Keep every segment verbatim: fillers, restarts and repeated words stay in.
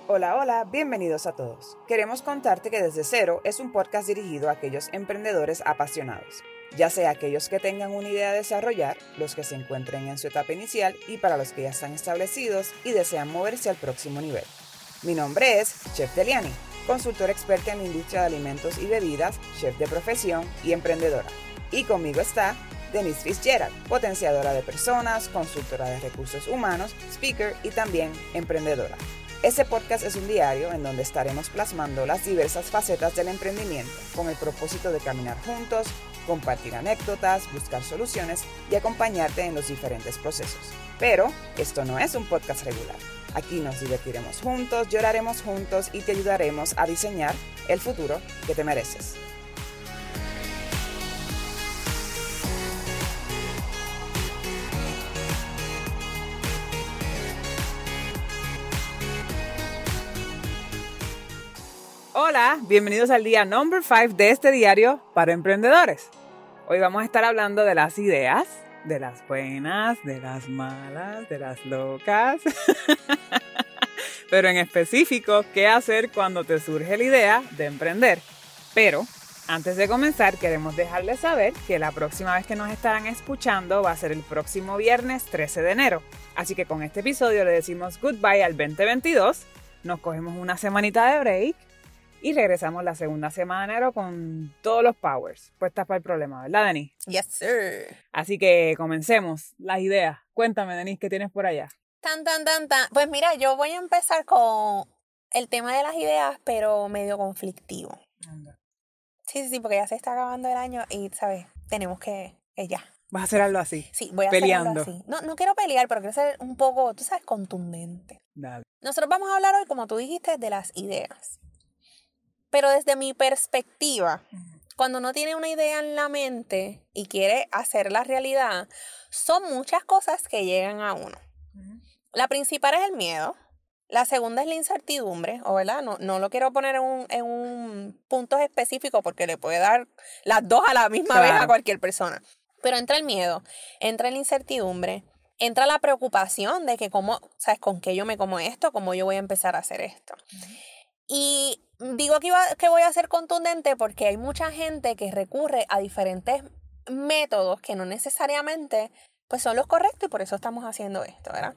Hola, hola, bienvenidos a todos. Queremos contarte que Desde Cero es un podcast dirigido a aquellos emprendedores apasionados, ya sea aquellos que tengan una idea a desarrollar, los que se encuentren en su etapa inicial y para los que ya están establecidos y desean moverse al próximo nivel. Mi nombre es Chef Deliani, consultora experta en la industria de alimentos y bebidas, chef de profesión y emprendedora. Y conmigo está Denise Fitzgerald, potenciadora de personas, consultora de recursos humanos, speaker y también emprendedora. Este podcast es un diario en donde estaremos plasmando las diversas facetas del emprendimiento con el propósito de caminar juntos, compartir anécdotas, buscar soluciones y acompañarte en los diferentes procesos. Pero esto no es un podcast regular. Aquí nos divertiremos juntos, lloraremos juntos y te ayudaremos a diseñar el futuro que te mereces. Hola, bienvenidos al día number five de este diario para emprendedores. Hoy vamos a estar hablando de las ideas, de las buenas, de las malas, de las locas. Pero en específico, ¿qué hacer cuando te surge la idea de emprender? Pero antes de comenzar, queremos dejarles saber que la próxima vez que nos estarán escuchando va a ser el próximo viernes trece de enero. Así que con este episodio le decimos goodbye al veinte veintidós, nos cogemos una semanita de break y regresamos la segunda semana de enero con todos los powers puestas para el problema, ¿verdad, Denis? Yes, sir. Así que comencemos las ideas. Cuéntame, Denis, ¿qué tienes por allá? Tan, tan, tan, tan. Pues mira, yo voy a empezar con el tema de las ideas, pero medio conflictivo. Anda. Sí, sí, sí, porque ya se está acabando el año y, ¿sabes? Tenemos que, que ya. ¿Vas a hacer algo así? Sí, voy a Peleando. hacer algo así. No, no quiero pelear, pero quiero ser un poco, tú sabes, contundente. Dale. Nosotros vamos a hablar hoy, como tú dijiste, de las ideas. Pero desde mi perspectiva, cuando uno tiene una idea en la mente y quiere hacerla realidad, son muchas cosas que llegan a uno. Uh-huh. La principal es el miedo. La segunda es la incertidumbre, ¿o verdad? No, no lo quiero poner en un, en un punto específico porque le puede dar las dos a la misma claro. vez a cualquier persona. Pero entra el miedo, entra la incertidumbre, entra la preocupación de que cómo, ¿sabes? ¿Con qué yo me como esto? ¿Cómo yo voy a empezar a hacer esto? Uh-huh. Y digo que, iba, que voy a ser contundente porque hay mucha gente que recurre a diferentes métodos que no necesariamente pues, son los correctos y por eso estamos haciendo esto, ¿verdad?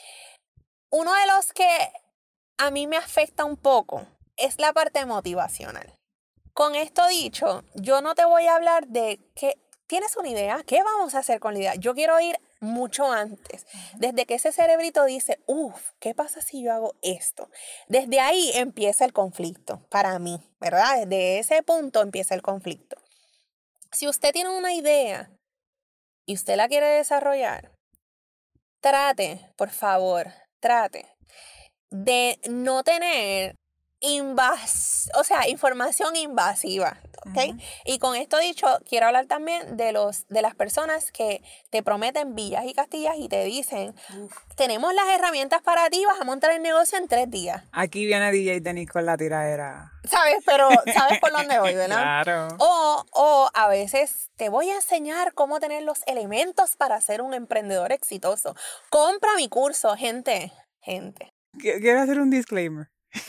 Uno de los que a mí me afecta un poco es la parte motivacional. Con esto dicho, yo no te voy a hablar de que tienes una idea, ¿qué vamos a hacer con la idea? Yo quiero ir mucho antes, desde que ese cerebrito dice, uff, ¿qué pasa si yo hago esto? Desde ahí empieza el conflicto, para mí, ¿verdad? Desde ese punto empieza el conflicto. Si usted tiene una idea y usted la quiere desarrollar, trate, por favor, trate de no tener invas- o sea, información invasiva, ¿ok? Uh-huh. Y con esto dicho, quiero hablar también de los de las personas que te prometen villas y castillas y te dicen, Uf. tenemos las herramientas para ti, vas a montar el negocio en tres días. Aquí viene D J Denis con la tiradera. ¿Sabes? Pero ¿sabes por dónde voy, verdad? Claro. O, o a veces te voy a enseñar cómo tener los elementos para ser un emprendedor exitoso. Compra mi curso, gente, gente. Quiero hacer un disclaimer.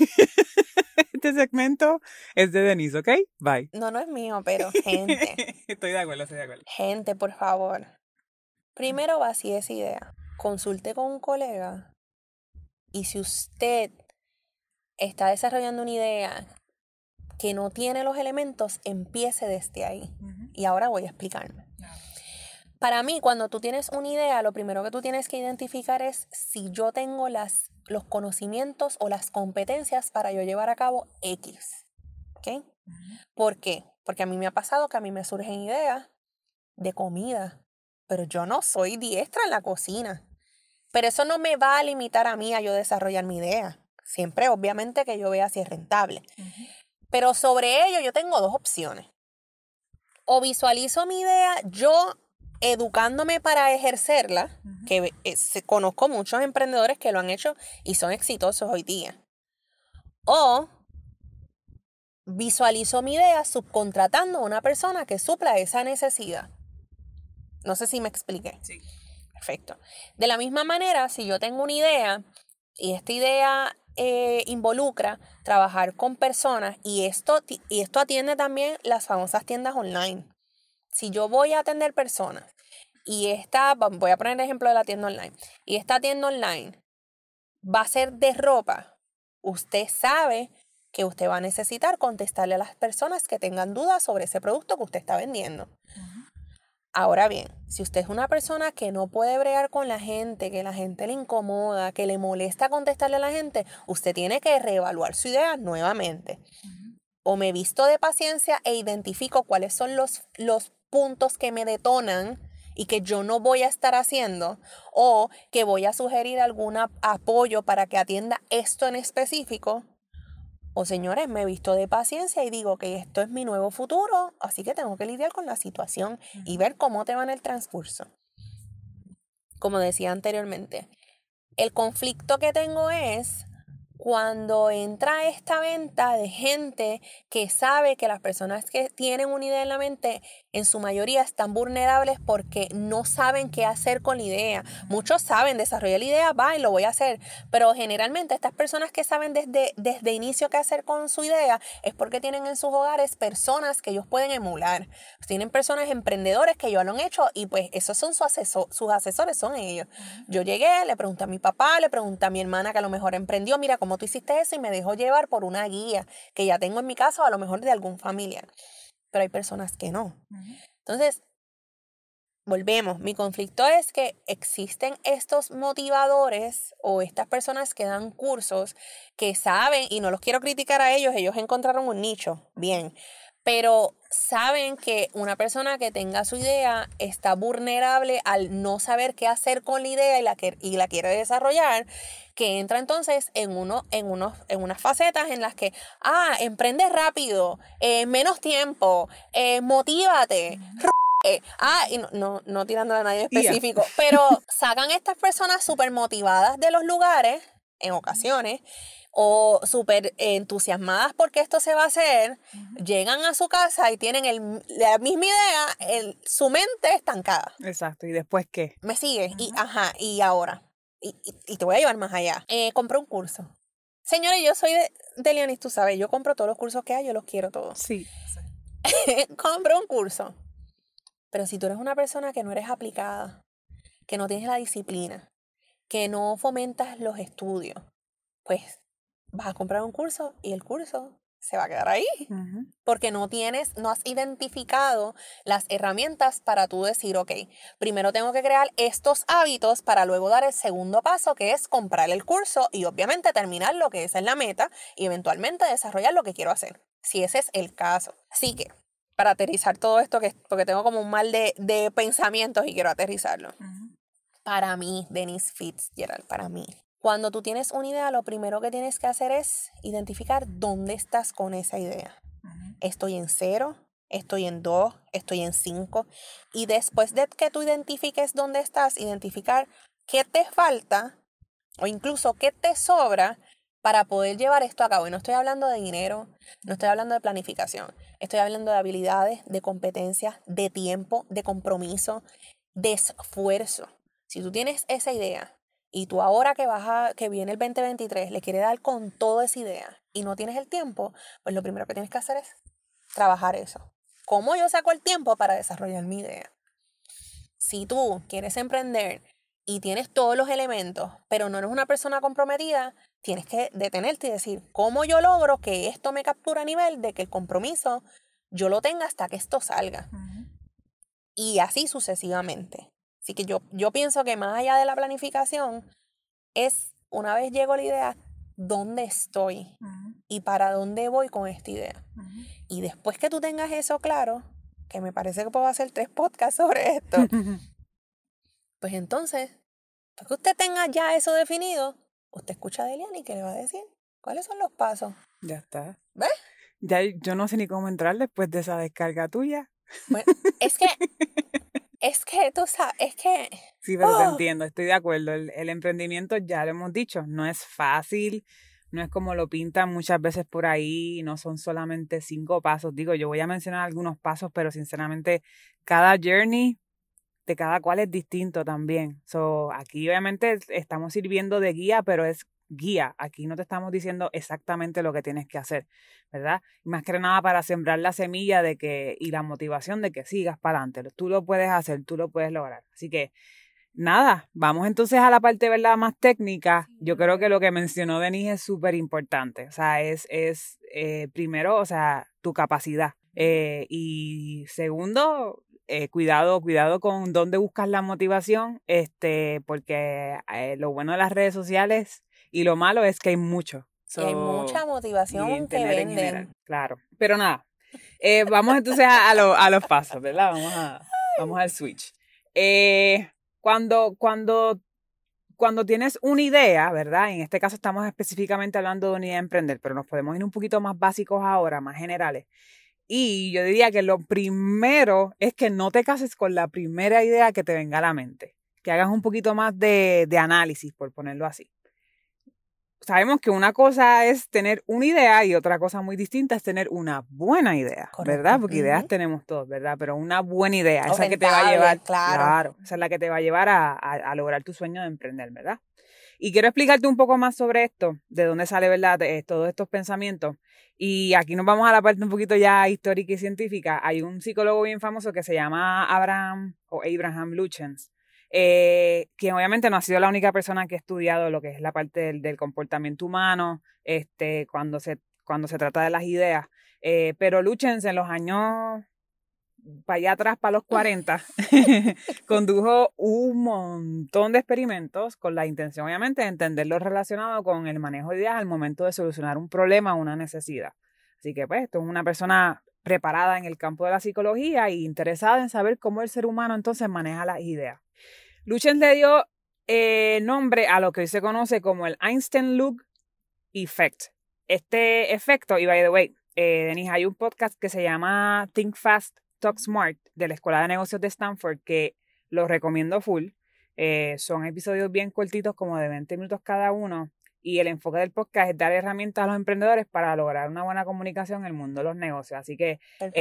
Este segmento es de Denise, ¿ok? Bye. No, no es mío, pero gente. Estoy de acuerdo, estoy de acuerdo. Gente, por favor. Primero vacíe esa idea. Consulte con un colega. Y si usted está desarrollando una idea que no tiene los elementos, empiece desde ahí. Uh-huh. Y ahora voy a explicarme. No. Para mí, cuando tú tienes una idea, lo primero que tú tienes que identificar es si yo tengo las, los conocimientos o las competencias para yo llevar a cabo X. ¿Ok? Uh-huh. ¿Por qué? Porque a mí me ha pasado que a mí me surgen ideas de comida, pero yo no soy diestra en la cocina. Pero eso no me va a limitar a mí a yo desarrollar mi idea. Siempre, obviamente, que yo vea si es rentable. Uh-huh. Pero sobre ello yo tengo dos opciones. O visualizo mi idea yo educándome para ejercerla, uh-huh. que es, conozco muchos emprendedores que lo han hecho y son exitosos hoy día. O visualizo mi idea subcontratando a una persona que supla esa necesidad. No sé si me expliqué. Sí. Perfecto. De la misma manera, si yo tengo una idea y esta idea eh, involucra trabajar con personas y esto, y esto atiende también las famosas tiendas online. Si yo voy a atender personas y esta, voy a poner el ejemplo de la tienda online, y esta tienda online va a ser de ropa, usted sabe que usted va a necesitar contestarle a las personas que tengan dudas sobre ese producto que usted está vendiendo. Uh-huh. Ahora bien, si usted es una persona que no puede bregar con la gente, que la gente le incomoda, que le molesta contestarle a la gente, usted tiene que reevaluar su idea nuevamente. Uh-huh. O me visto de paciencia e identifico cuáles son los, los puntos que me detonan y que yo no voy a estar haciendo, o que voy a sugerir algún apoyo para que atienda esto en específico. O señores, me he visto de paciencia y digo que esto es mi nuevo futuro, así que tengo que lidiar con la situación y ver cómo te va en el transcurso. Como decía anteriormente, el conflicto que tengo es cuando entra esta venta de gente que sabe que las personas que tienen una idea en la mente en su mayoría están vulnerables porque no saben qué hacer con la idea. Muchos saben desarrollar la idea, va y lo voy a hacer, pero generalmente estas personas que saben desde, desde inicio qué hacer con su idea es porque tienen en sus hogares personas que ellos pueden emular. Tienen personas emprendedores que ya lo han hecho y pues esos son sus, asesor, sus asesores, son ellos. Yo llegué, le pregunté a mi papá, le pregunté a mi hermana que a lo mejor emprendió, mira cómo tú hiciste eso, y me dejó llevar por una guía que ya tengo en mi casa o a lo mejor de algún familiar. Pero hay personas que no. Uh-huh. Entonces, volvemos. Mi conflicto es que existen estos motivadores o estas personas que dan cursos que saben, y no los quiero criticar a ellos, ellos encontraron un nicho, bien, pero saben que una persona que tenga su idea está vulnerable al no saber qué hacer con la idea y la, que, y la quiere desarrollar, que entra entonces en, uno, en, unos, en unas facetas en las que, ah, emprende rápido, eh, menos tiempo, eh, motívate, r- ah, y no, no, no tirándole a nadie específico, yeah. Pero sacan estas personas súper motivadas de los lugares, en ocasiones, o súper entusiasmadas porque esto se va a hacer, uh-huh. Llegan a su casa y tienen el, la misma idea, el, su mente estancada. Exacto, ¿y después qué? ¿Me sigues? Uh-huh. Y, ajá, y ahora, y, y, y te voy a llevar más allá. Eh, compré un curso. Señores, yo soy de, de Leonis, tú sabes, yo compro todos los cursos que hay, yo los quiero todos. Sí. Compré un curso. Pero si tú eres una persona que no eres aplicada, que no tienes la disciplina, que no fomentas los estudios, pues vas a comprar un curso y el curso se va a quedar ahí. Uh-huh. Porque no tienes, no has identificado las herramientas para tú decir, ok, primero tengo que crear estos hábitos para luego dar el segundo paso, que es comprar el curso y obviamente terminar lo que esa es la meta y eventualmente desarrollar lo que quiero hacer, si ese es el caso. Así que, para aterrizar todo esto, que, porque tengo como un mal de, de pensamientos y quiero aterrizarlo. Uh-huh. Para mí, Denise Fitzgerald, para mí. Cuando tú tienes una idea, lo primero que tienes que hacer es identificar dónde estás con esa idea. Uh-huh. Estoy en cero, estoy en dos, estoy en cinco. Y después de que tú identifiques dónde estás, identificar qué te falta o incluso qué te sobra para poder llevar esto a cabo. Y no estoy hablando de dinero, no estoy hablando de planificación. Estoy hablando de habilidades, de competencias, de tiempo, de compromiso, de esfuerzo. Si tú tienes esa idea y tú ahora que, vas a, que viene el veinte veintitrés le quieres dar con toda esa idea y no tienes el tiempo, pues lo primero que tienes que hacer es trabajar eso. ¿Cómo yo saco el tiempo para desarrollar mi idea? Si tú quieres emprender y tienes todos los elementos, pero no eres una persona comprometida, tienes que detenerte y decir, ¿cómo yo logro que esto me capture a nivel de que el compromiso yo lo tenga hasta que esto salga? Uh-huh. Y así sucesivamente. Así que yo, yo pienso que más allá de la planificación es, una vez llego a la idea, ¿dónde estoy? Uh-huh. Y para dónde voy con esta idea. Uh-huh. Y después que tú tengas eso claro, que me parece que puedo hacer tres podcasts sobre esto, pues entonces, pues que usted tenga ya eso definido, usted escucha a Deliani que le va a decir cuáles son los pasos. Ya está. ¿Ves? Ya yo no sé ni cómo entrar después de esa descarga tuya. Bueno, es que... Es que tú sabes, es que... Sí, pero oh. te entiendo, estoy de acuerdo. El, el emprendimiento, ya lo hemos dicho, no es fácil, no es como lo pintan muchas veces por ahí, no son solamente cinco pasos. Digo, yo voy a mencionar algunos pasos, pero sinceramente cada journey de cada cual es distinto también. So, aquí obviamente estamos sirviendo de guía, pero es guía. Aquí no te estamos diciendo exactamente lo que tienes que hacer, ¿verdad? Más que nada para sembrar la semilla de que y la motivación de que sigas para adelante. Tú lo puedes hacer, tú lo puedes lograr. Así que, nada, vamos entonces a la parte, ¿verdad?, más técnica. Yo creo que lo que mencionó Denise es súper importante. O sea, es, es eh, primero, o sea, tu capacidad. Eh, y segundo, eh, cuidado, cuidado con dónde buscas la motivación, este, porque eh, lo bueno de las redes sociales y lo malo es que hay mucho. So, y hay mucha motivación que venden. General, claro. Pero nada, eh, vamos entonces a, a, lo, a los pasos, ¿verdad? Vamos, a, vamos al switch. Eh, cuando, cuando, cuando tienes una idea, ¿verdad? En este caso estamos específicamente hablando de una idea de emprender, pero nos podemos ir un poquito más básicos ahora, más generales. Y yo diría que lo primero es que no te cases con la primera idea que te venga a la mente. Que hagas un poquito más de, de análisis, por ponerlo así. Sabemos que una cosa es tener una idea y otra cosa muy distinta es tener una buena idea, correcto, ¿verdad? Porque uh-huh. ideas tenemos todos, ¿verdad? Pero una buena idea, o esa rentable, que te va a llevar, claro. claro, esa es la que te va a llevar a, a, a lograr tu sueño de emprender, ¿verdad? Y quiero explicarte un poco más sobre esto, de dónde sale, ¿verdad?, de, de todos estos pensamientos. Y aquí nos vamos a la parte un poquito ya histórica y científica. Hay un psicólogo bien famoso que se llama Abraham o Abraham Luchens, eh, que obviamente no ha sido la única persona que ha estudiado lo que es la parte del, del comportamiento humano, este, cuando se, cuando se trata de las ideas. Eh, pero Luchens en los años para allá atrás, para los cuarenta, condujo un montón de experimentos con la intención, obviamente, de entender lo relacionado con el manejo de ideas al momento de solucionar un problema o una necesidad. Así que, pues, esto es una persona preparada en el campo de la psicología e interesada en saber cómo el ser humano entonces maneja las ideas. Luchens le dio eh, nombre a lo que hoy se conoce como el Einstein-Lug Effect. Este efecto, y by the way, eh, Denise, hay un podcast que se llama Think Fast, Talk Smart de la Escuela de Negocios de Stanford que los recomiendo full. Eh, son episodios bien cortitos, como de veinte minutos cada uno, y el enfoque del podcast es dar herramientas a los emprendedores para lograr una buena comunicación en el mundo de los negocios. Así que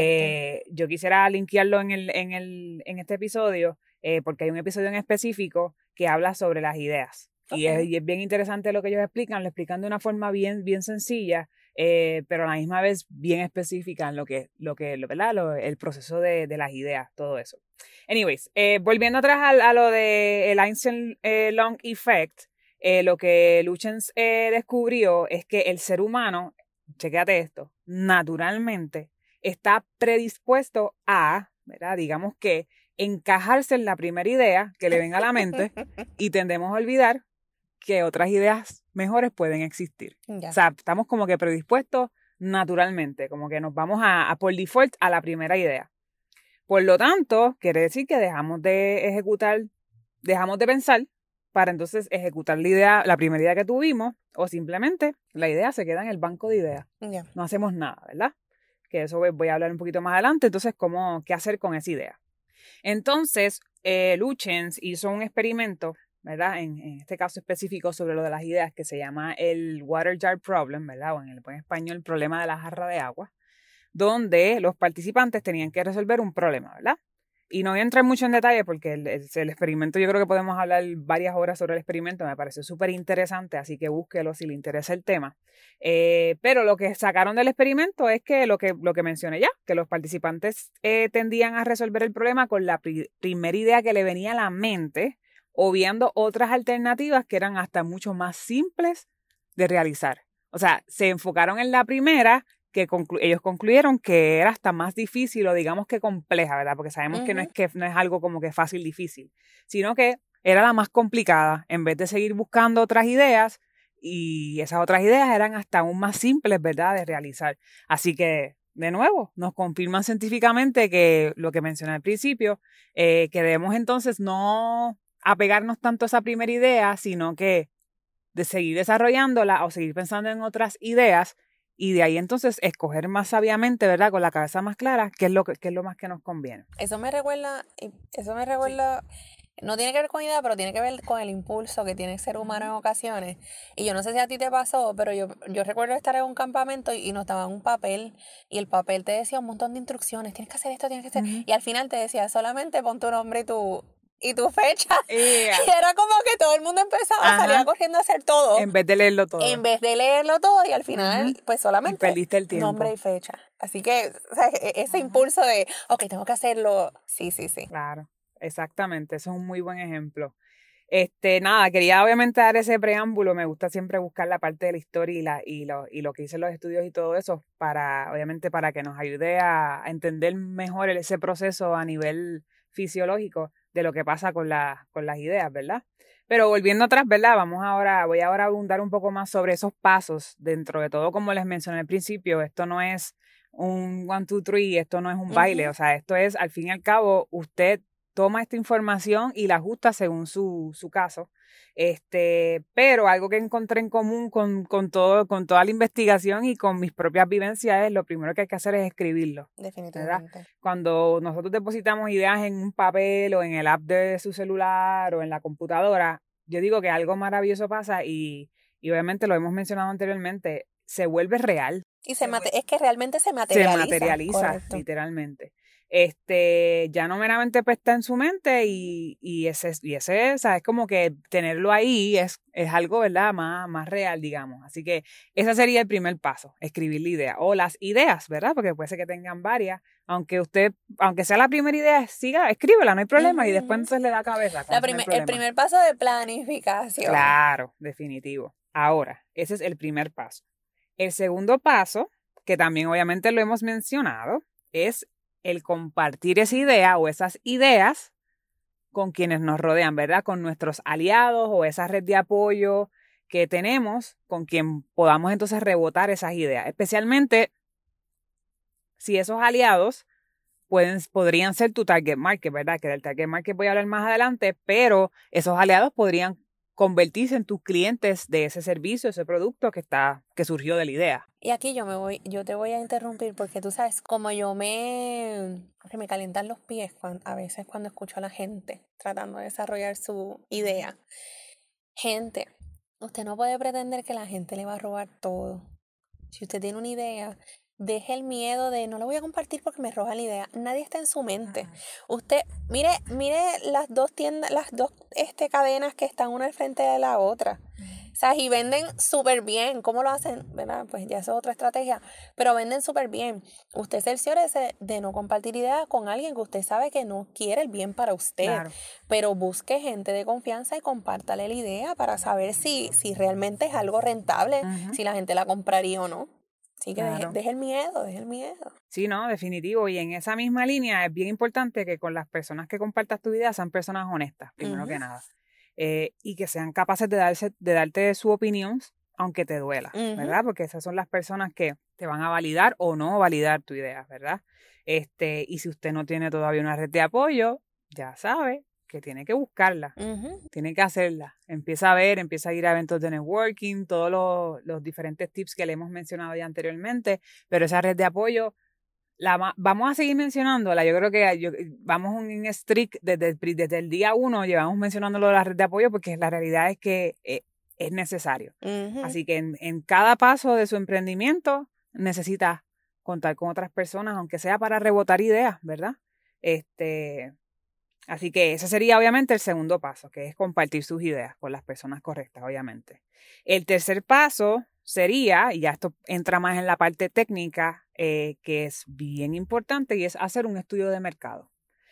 eh, yo quisiera linkearlo en, el, en, el, en este episodio eh, porque hay un episodio en específico que habla sobre las ideas. Okay. Y, es, y es bien interesante lo que ellos explican, lo explican de una forma bien, bien sencilla, eh, pero a la misma vez bien específica en lo que, lo que ¿verdad? Lo, el proceso de, de las ideas, todo eso. Anyways, eh, volviendo atrás a, a lo del Einstein-Lung Effect, eh, lo que Luchens eh, descubrió es que el ser humano, chequéate esto, naturalmente está predispuesto a, ¿verdad? Digamos que encajarse en la primera idea que le venga a la mente y tendemos a olvidar que otras ideas mejores pueden existir. Ya. O sea, estamos como que predispuestos naturalmente, como que nos vamos a, a por default a la primera idea. Por lo tanto, quiere decir que dejamos de ejecutar, dejamos de pensar para entonces ejecutar la idea, la primera idea que tuvimos, o simplemente la idea se queda en el banco de ideas. Ya. No hacemos nada, ¿verdad? Que eso voy a hablar un poquito más adelante. Entonces, ¿cómo, qué hacer con esa idea? Entonces, eh, Luchens hizo un experimento, ¿verdad? En, en este caso específico sobre lo de las ideas, que se llama el Water Jar Problem, ¿verdad? O en el buen español, el problema de la jarra de agua, donde los participantes tenían que resolver un problema, ¿verdad? Y no voy a entrar mucho en detalle porque el, el, el experimento, yo creo que podemos hablar varias horas sobre el experimento, me pareció súper interesante, así que búsquelo si le interesa el tema. Eh, pero lo que sacaron del experimento es que lo que, lo que mencioné ya, que los participantes eh, tendían a resolver el problema con la pri- primera idea que le venía a la mente, obviando otras alternativas que eran hasta mucho más simples de realizar. O sea, se enfocaron en la primera, que conclu- ellos concluyeron que era hasta más difícil o digamos que compleja, ¿verdad? Porque sabemos uh-huh. que, no es que no es algo como que fácil, difícil, sino que era la más complicada, en vez de seguir buscando otras ideas, y esas otras ideas eran hasta aún más simples, ¿verdad?, de realizar. Así que, de nuevo, nos confirman científicamente que lo que mencioné al principio, eh, que debemos entonces no apegarnos tanto a esa primera idea, sino que de seguir desarrollándola o seguir pensando en otras ideas y de ahí entonces escoger más sabiamente, ¿verdad? Con la cabeza más clara, qué es lo que, qué es lo más que nos conviene. Eso me recuerda, eso me recuerda, sí. No tiene que ver con idea, pero tiene que ver con el impulso que tiene el ser humano en ocasiones. Y yo no sé si a ti te pasó, pero yo, yo recuerdo estar en un campamento y, y nos daban un papel y el papel te decía un montón de instrucciones, tienes que hacer esto, tienes que hacer, uh-huh. y al final te decía solamente pon tu nombre y tu y tu fecha. Yeah. Y era como que todo el mundo empezaba a salir corriendo a hacer todo. En vez de leerlo todo. En vez de leerlo todo y al final, uh-huh. pues solamente y perdiste el tiempo. Nombre y fecha. Así que, o sea, ese uh-huh. impulso de, ok, tengo que hacerlo. Sí, sí, sí. Claro, exactamente. Eso es un muy buen ejemplo. Este, nada, quería obviamente dar ese preámbulo. Me gusta siempre buscar la parte de la historia y, la, y, lo, y lo que dicen los estudios y todo eso, para, obviamente, para que nos ayude a, a entender mejor ese proceso a nivel fisiológico de lo que pasa con, la, con las ideas, ¿verdad? Pero volviendo atrás, ¿verdad? Vamos ahora, voy ahora a abundar un poco más sobre esos pasos dentro de todo, como les mencioné al principio. Esto no es un one, two, three, esto no es un uh-huh. baile, o sea, esto es, al fin y al cabo, usted toma esta información y la ajusta según su, su caso. Este, pero algo que encontré en común con, con, todo, con toda la investigación y con mis propias vivencias es lo primero que hay que hacer es escribirlo. Definitivamente. ¿Verdad? Cuando nosotros depositamos ideas en un papel o en el app de su celular o en la computadora, yo digo que algo maravilloso pasa y, y obviamente lo hemos mencionado anteriormente, se vuelve real. Y se mate- es que realmente se materializa. Se materializa, correcto. literalmente. Este, ya no meramente pues, está en su mente y, y ese, y ese, o sea, es como que tenerlo ahí es, es algo, ¿verdad? Más, más real, digamos. Así que ese sería el primer paso, escribir la idea. O las ideas, ¿verdad? Porque puede ser que tengan varias. Aunque usted, aunque sea la primera idea, siga, escríbela, no hay problema. Uh-huh. Y después entonces le da cabeza. La primer, el primer paso de planificación. Claro, definitivo. Ahora, ese es el primer paso. El segundo paso, que también obviamente lo hemos mencionado, es el compartir esa idea o esas ideas con quienes nos rodean, ¿verdad? Con nuestros aliados o esa red de apoyo que tenemos con quien podamos entonces rebotar esas ideas. Especialmente si esos aliados pueden, podrían ser tu target market, ¿verdad? Que del target market voy a hablar más adelante, pero esos aliados podrían convertirse en tus clientes de ese servicio, ese producto que está, que surgió de la idea. Y aquí yo me voy, yo te voy a interrumpir porque tú sabes, como yo me, que me calientan los pies cuando, a veces cuando escucho a la gente tratando de desarrollar su idea. Gente, usted no puede pretender que la gente le va a robar todo. Si usted tiene una idea, deje el miedo de no lo voy a compartir porque me roba la idea. Nadie está en su mente. Usted, mire, mire las dos tiendas, las dos este, cadenas que están una al frente de la otra. O sea, y venden súper bien. ¿Cómo lo hacen? ¿Verdad? Pues ya eso es otra estrategia. Pero venden súper bien. Usted cerciórese de no compartir ideas con alguien que usted sabe que no quiere el bien para usted. Claro. Pero busque gente de confianza y compártale la idea para saber si, si realmente es algo rentable, uh-huh. si la gente la compraría o no. Así que claro. deje, deje el miedo, deje el miedo. Sí, no, definitivo. Y en esa misma línea es bien importante que con las personas que compartas tu idea sean personas honestas, primero uh-huh. que nada. Eh, y que sean capaces de, darse, de darte su opinión, aunque te duela, uh-huh. ¿verdad? Porque esas son las personas que te van a validar o no validar tu idea, ¿verdad? Este, y si usted no tiene todavía una red de apoyo, ya sabe que tiene que buscarla, uh-huh. tiene que hacerla. Empieza a ver, empieza a ir a eventos de networking, todos los, los diferentes tips que le hemos mencionado ya anteriormente, pero esa red de apoyo, la, vamos a seguir mencionándola. Yo creo que yo, vamos en streak desde, desde el día uno, llevamos mencionándolo de la red de apoyo porque la realidad es que es, es necesario. Uh-huh. Así que en, en cada paso de su emprendimiento necesita contar con otras personas, aunque sea para rebotar ideas, ¿verdad? Este... Así que ese sería obviamente el segundo paso, que es compartir sus ideas con las personas correctas, obviamente. El tercer paso sería, y ya esto entra más en la parte técnica, eh, que es bien importante, y es hacer un estudio de mercado.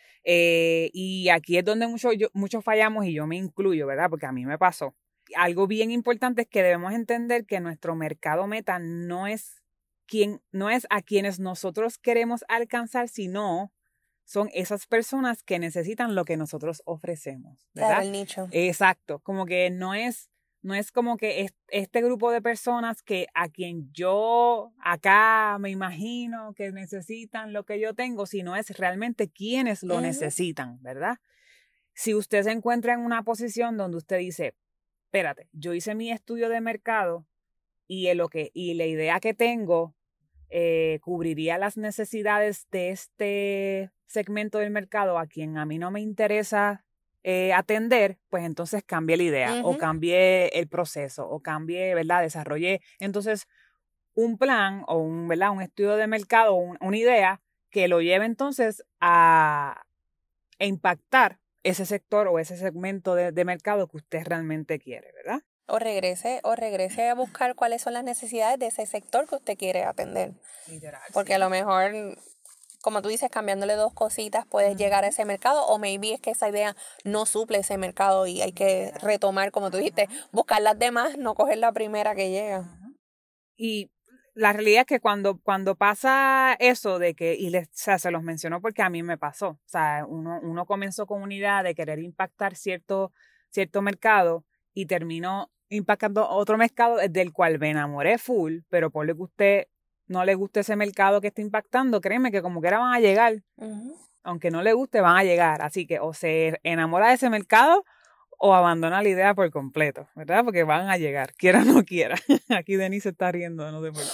Eh, y aquí es donde muchos muchos fallamos y yo me incluyo, ¿verdad? Porque a mí me pasó. Algo bien importante es que debemos entender que nuestro mercado meta no es, quien, no es a quienes nosotros queremos alcanzar, sino son esas personas que necesitan lo que nosotros ofrecemos, ¿verdad? Claro, el nicho. Exacto, como que no es, no es como que es, este grupo de personas que a quien yo acá me imagino que necesitan lo que yo tengo, sino es realmente quienes lo uh-huh. necesitan, ¿verdad? Si usted se encuentra en una posición donde usted dice, espérate, yo hice mi estudio de mercado y, lo que, y la idea que tengo eh, cubriría las necesidades de este segmento del mercado a quien a mí no me interesa eh, atender, pues entonces cambié la idea uh-huh. o cambié el proceso o cambié, ¿verdad? Desarrollé entonces un plan o un, ¿verdad? Un estudio de mercado, un, una idea que lo lleve entonces a, a impactar ese sector o ese segmento de, de mercado que usted realmente quiere, ¿verdad? O regrese, o regrese a buscar cuáles son las necesidades de ese sector que usted quiere atender. Literal. Porque sí. a lo mejor, como tú dices, cambiándole dos cositas puedes uh-huh. llegar a ese mercado, o maybe es que esa idea no suple ese mercado y hay que Literal. retomar, como tú dijiste, uh-huh. buscar las demás, no coger la primera que llega. Uh-huh. Y la realidad es que cuando, cuando pasa eso de que, y les, o sea, se los menciono porque a mí me pasó, o sea, uno, uno comenzó con una idea de querer impactar cierto, cierto mercado y terminó impactando otro mercado del cual me enamoré full, pero por lo que usted no le guste ese mercado que está impactando, créeme que como quiera van a llegar, uh-huh. aunque no le guste van a llegar, así que o se enamora de ese mercado o abandona la idea por completo, ¿verdad? Porque van a llegar, quiera o no quiera. Aquí Denise se está riendo, no sé por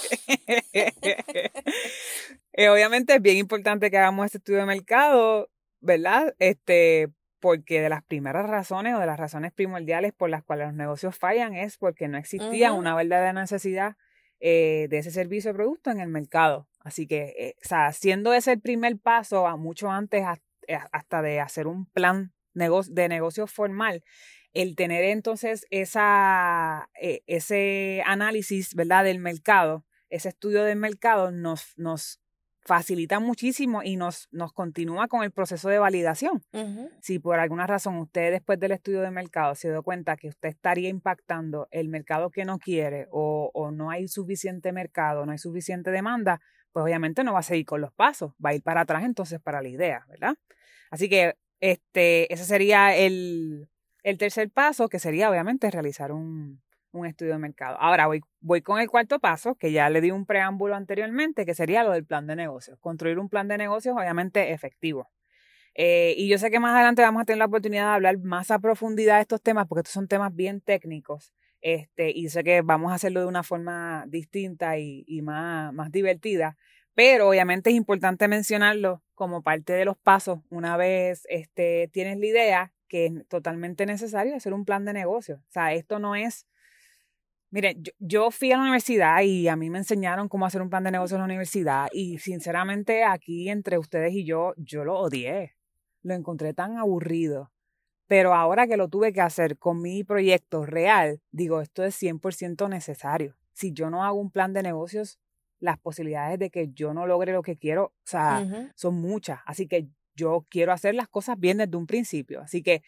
qué. eh, obviamente es bien importante que hagamos este estudio de mercado, ¿verdad? Este, porque de las primeras razones o de las razones primordiales por las cuales los negocios fallan es porque no existía uh-huh. una verdadera necesidad eh, de ese servicio o producto en el mercado. Así que, eh, o sea, siendo ese el primer paso, a mucho antes hasta de hacer un plan de negocio formal, el tener entonces esa, eh, ese análisis, ¿verdad?, del mercado, ese estudio del mercado nos, nos facilita muchísimo y nos, nos continúa con el proceso de validación. Uh-huh. Si por alguna razón usted después del estudio de mercado se dio cuenta que usted estaría impactando el mercado que no quiere o, o no hay suficiente mercado, no hay suficiente demanda, pues obviamente no va a seguir con los pasos, va a ir para atrás entonces para la idea, ¿verdad? Así que Este, ese sería el, el tercer paso, que sería obviamente realizar un, un estudio de mercado. Ahora voy, voy con el cuarto paso, que ya le di un preámbulo anteriormente, que sería lo del plan de negocios. Construir un plan de negocios obviamente efectivo. Eh, y yo sé que más adelante vamos a tener la oportunidad de hablar más a profundidad de estos temas, porque estos son temas bien técnicos. Este, y sé que vamos a hacerlo de una forma distinta y, y más, más divertida. Pero obviamente es importante mencionarlo como parte de los pasos. Una vez este, tienes la idea que es totalmente necesario hacer un plan de negocio. O sea, esto no es... Miren, yo, yo fui a la universidad y a mí me enseñaron cómo hacer un plan de negocio en la universidad y sinceramente aquí entre ustedes y yo, yo lo odié. Lo encontré tan aburrido. Pero ahora que lo tuve que hacer con mi proyecto real, digo, esto es cien por ciento necesario. Si yo no hago un plan de negocios, las posibilidades de que yo no logre lo que quiero, o sea, uh-huh. son muchas. Así que yo quiero hacer las cosas bien desde un principio. Así que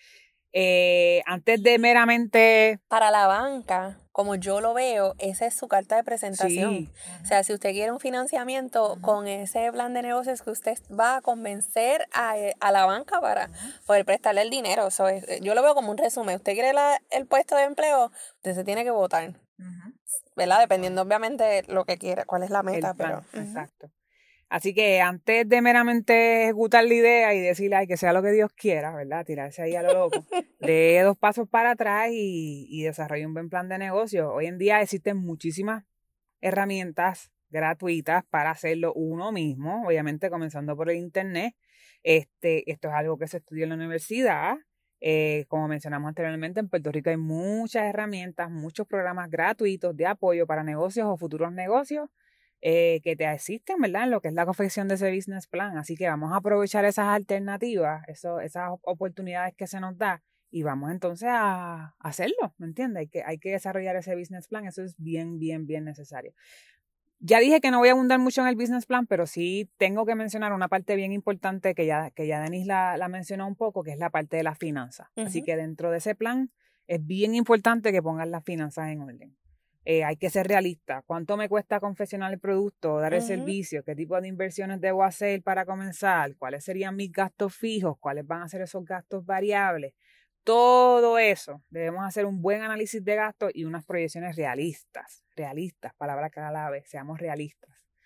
eh, antes de meramente... Para la banca, como yo lo veo, esa es su carta de presentación. Sí. Uh-huh. O sea, si usted quiere un financiamiento uh-huh. con ese plan de negocios que usted va a convencer a, a la banca para uh-huh. poder prestarle el dinero. So, es, yo lo veo como un resumen. Usted quiere la, el puesto de empleo, usted se tiene que votar. Uh-huh. ¿Verdad? Dependiendo obviamente de lo que quiera, cuál es la meta. El plan, pero exacto. Uh-huh. Así que antes de meramente ejecutar la idea y decirle ay, que sea lo que Dios quiera, ¿verdad? Tirarse ahí a lo loco, dé dos pasos para atrás y, y desarrolle un buen plan de negocio. Hoy en día existen muchísimas herramientas gratuitas para hacerlo uno mismo, obviamente comenzando por el internet. Este, esto es algo que se estudia en la universidad. Eh, como mencionamos anteriormente, en Puerto Rico hay muchas herramientas, muchos programas gratuitos de apoyo para negocios o futuros negocios eh, que te asisten, ¿verdad? En lo que es la confección de ese business plan. Así que vamos a aprovechar esas alternativas, eso, esas oportunidades que se nos da y vamos entonces a hacerlo, ¿me entiendes? Hay que, hay que desarrollar ese business plan, eso es bien, bien, bien necesario. Ya dije que no voy a abundar mucho en el business plan, pero sí tengo que mencionar una parte bien importante que ya, que ya Denise la, la mencionó un poco, que es la parte de las finanzas. Uh-huh. Así que dentro de ese plan es bien importante que pongan las finanzas en orden. Eh, hay que ser realista. ¿Cuánto me cuesta confeccionar el producto, dar el uh-huh. servicio? ¿Qué tipo de inversiones debo hacer para comenzar? ¿Cuáles serían mis gastos fijos? ¿Cuáles van a ser esos gastos variables? Todo eso, debemos hacer un buen análisis de gastos y unas proyecciones realistas, realistas, palabra clave, seamos realistas.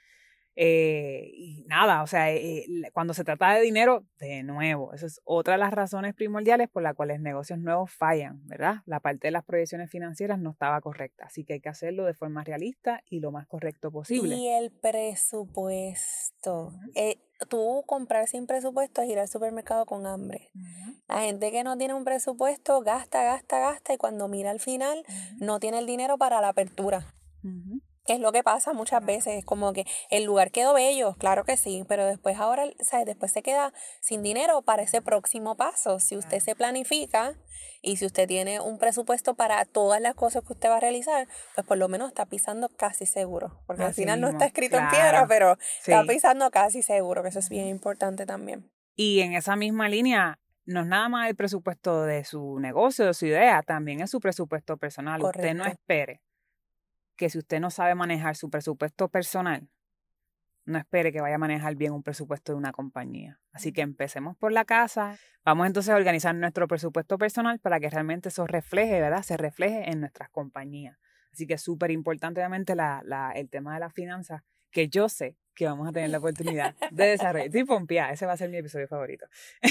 Eh, y nada, o sea, eh, cuando se trata de dinero, de nuevo, esa es otra de las razones primordiales por las cuales negocios nuevos fallan, ¿verdad? La parte de las proyecciones financieras no estaba correcta, así que hay que hacerlo de forma realista y lo más correcto posible. Y el presupuesto. Uh-huh. Eh, tú comprar sin presupuesto es ir al supermercado con hambre. Uh-huh. La gente que no tiene un presupuesto gasta, gasta, gasta y cuando mira al final uh-huh. no tiene el dinero para la apertura. Uh-huh. Que es lo que pasa muchas veces, es como que el lugar quedó bello, claro que sí, pero después ahora, ¿sabes? Después se queda sin dinero para ese próximo paso. Si usted se planifica y si usted tiene un presupuesto para todas las cosas que usted va a realizar, pues por lo menos está pisando casi seguro, porque al Así final no mismo, está escrito en piedra, claro, pero está sí. pisando casi seguro, que eso es bien importante también. Y en esa misma línea, no es nada más el presupuesto de su negocio, de su idea, también es su presupuesto personal. Usted no Correcto. espere que si usted no sabe manejar su presupuesto personal, no espere que vaya a manejar bien un presupuesto de una compañía. Así que empecemos por la casa. Vamos entonces a organizar nuestro presupuesto personal para que realmente eso refleje, ¿verdad? Se refleje en nuestras compañías. Así que es súper importante, obviamente, la, la, el tema de las finanzas, que yo sé que vamos a tener la oportunidad de desarrollar. Estoy pompeada, ese va a ser mi episodio favorito.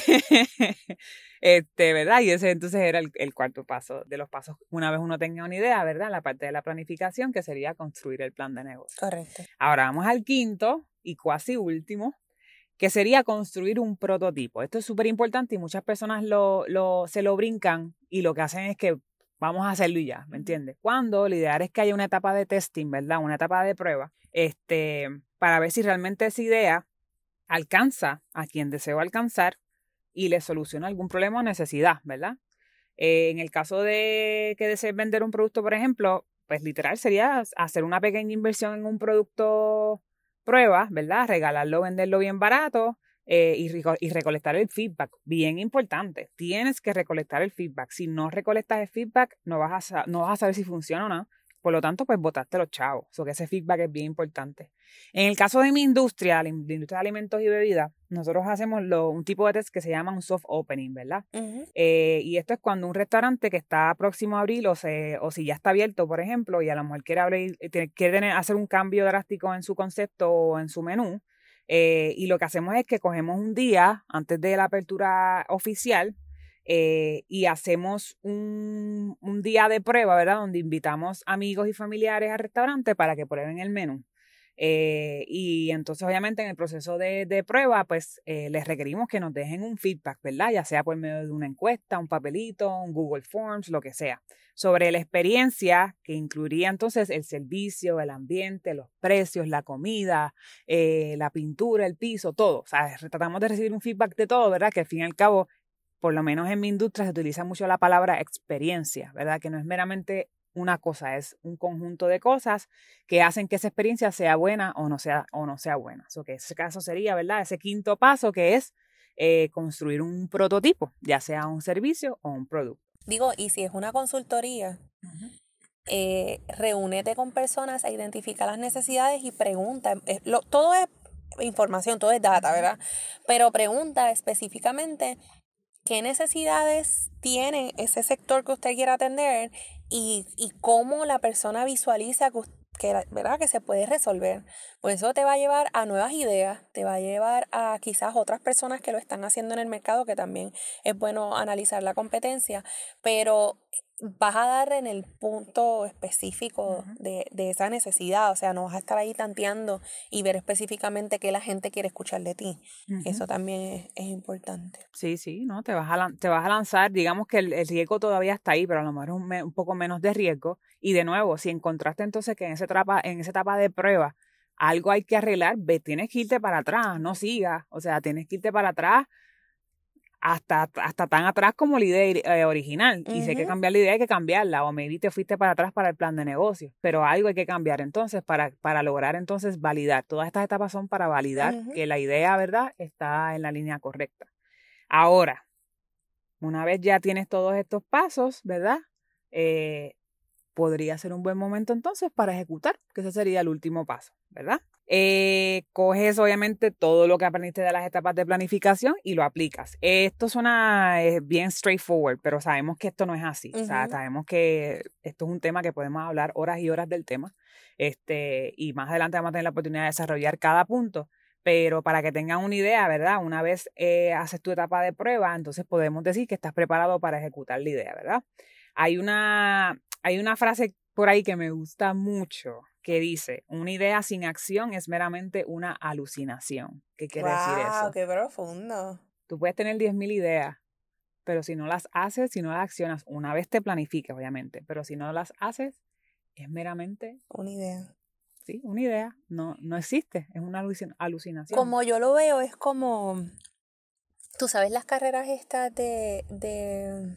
este, ¿verdad? Y ese entonces era el, el cuarto paso de los pasos. Una vez uno tenga una idea, ¿verdad? La parte de la planificación, que sería construir el plan de negocio. Correcto. Ahora vamos al quinto y casi último, que sería construir un prototipo. Esto es súper importante y muchas personas lo, lo, se lo brincan y lo que hacen es que vamos a hacerlo y ya, ¿me entiendes? Cuando lo ideal es que haya una etapa de testing, ¿verdad? Una etapa de prueba, este, para ver si realmente esa idea alcanza a quien deseo alcanzar y le soluciona algún problema o necesidad, ¿verdad? Eh, en el caso de que desees vender un producto, por ejemplo, pues literal sería hacer una pequeña inversión en un producto prueba, ¿verdad? Regalarlo, venderlo bien barato eh, y, y recolectar el feedback. Bien importante. Tienes que recolectar el feedback. Si no recolectas el feedback, no vas a, no vas a saber si funciona o no. Por lo tanto, pues botaste los chavos. O sea, que ese feedback es bien importante. En el caso de mi industria, la industria de alimentos y bebidas, nosotros hacemos lo, un tipo de test que se llama un soft opening, ¿verdad? Uh-huh. Eh, y esto es cuando un restaurante que está próximo a abrir o, se, o si ya está abierto, por ejemplo, y a lo mejor quiere, abrir, quiere tener, hacer un cambio drástico en su concepto o en su menú, eh, y lo que hacemos es que cogemos un día antes de la apertura oficial eh, y hacemos un, un día de prueba, ¿verdad? Donde invitamos amigos y familiares al restaurante para que prueben el menú. Eh, y entonces, obviamente, en el proceso de, de prueba, pues eh, les requerimos que nos dejen un feedback, ¿verdad? Ya sea por medio de una encuesta, un papelito, un Google Forms, lo que sea, sobre la experiencia que incluiría entonces el servicio, el ambiente, los precios, la comida, eh, la pintura, el piso, todo. O sea, tratamos de recibir un feedback de todo, ¿verdad? Que al fin y al cabo, por lo menos en mi industria se utiliza mucho la palabra experiencia, ¿verdad? Que no es meramente una cosa, es un conjunto de cosas que hacen que esa experiencia sea buena o no sea, o no sea buena. So que ese caso sería, ¿verdad? Ese quinto paso que es eh, construir un prototipo, ya sea un servicio o un producto. Digo, y si es una consultoría, uh-huh. eh, reúnete con personas a identificar las necesidades y pregunta. Eh, lo, todo es información, todo es data, ¿verdad? Pero pregunta específicamente qué necesidades tiene ese sector que usted quiera atender y, y cómo la persona visualiza que, que, ¿verdad? que se puede resolver. Pues eso te va a llevar a nuevas ideas, te va a llevar a quizás otras personas que lo están haciendo en el mercado, que también es bueno analizar la competencia, pero vas a dar en el punto específico uh-huh. de, de esa necesidad, o sea, no vas a estar ahí tanteando y ver específicamente qué la gente quiere escuchar de ti. Uh-huh. Eso también es, es importante. Sí, sí, ¿no? Te vas a, te vas a lanzar, digamos que el, el riesgo todavía está ahí, pero a lo mejor es un, un poco menos de riesgo. Y de nuevo, si encontraste entonces que en esa etapa, en esa etapa de prueba algo hay que arreglar, ve, tienes que irte para atrás, no sigas, o sea, tienes que irte para atrás hasta, hasta tan atrás como la idea eh, original. Uh-huh. Y si hay que cambiar la idea, hay que cambiarla. O maybe te fuiste para atrás para el plan de negocio. Pero algo hay que cambiar entonces para, para lograr entonces validar. Todas estas etapas son para validar uh-huh. que la idea, ¿verdad?, está en la línea correcta. Ahora, una vez ya tienes todos estos pasos, ¿verdad?, Eh, podría ser un buen momento entonces para ejecutar, que ese sería el último paso, ¿verdad? Eh, coges obviamente todo lo que aprendiste de las etapas de planificación y lo aplicas. Esto suena eh, bien straightforward, pero sabemos que esto no es así. Uh-huh. O sea, sabemos que esto es un tema que podemos hablar horas y horas del tema. Este, y más adelante vamos a tener la oportunidad de desarrollar cada punto. Pero para que tengan una idea, ¿verdad? Una vez eh, haces tu etapa de prueba, entonces podemos decir que estás preparado para ejecutar la idea, ¿verdad? Hay una, hay una frase por ahí que me gusta mucho que dice, una idea sin acción es meramente una alucinación. ¿Qué quiere wow, decir eso? ¡Qué profundo! Tú puedes tener diez mil ideas, pero si no las haces, si no las accionas, una vez te planifiques, obviamente, pero si no las haces, es meramente una idea. sí, una idea, no, no existe, es una alucin- alucinación. Como yo lo veo, es como, tú sabes las carreras estas de, de,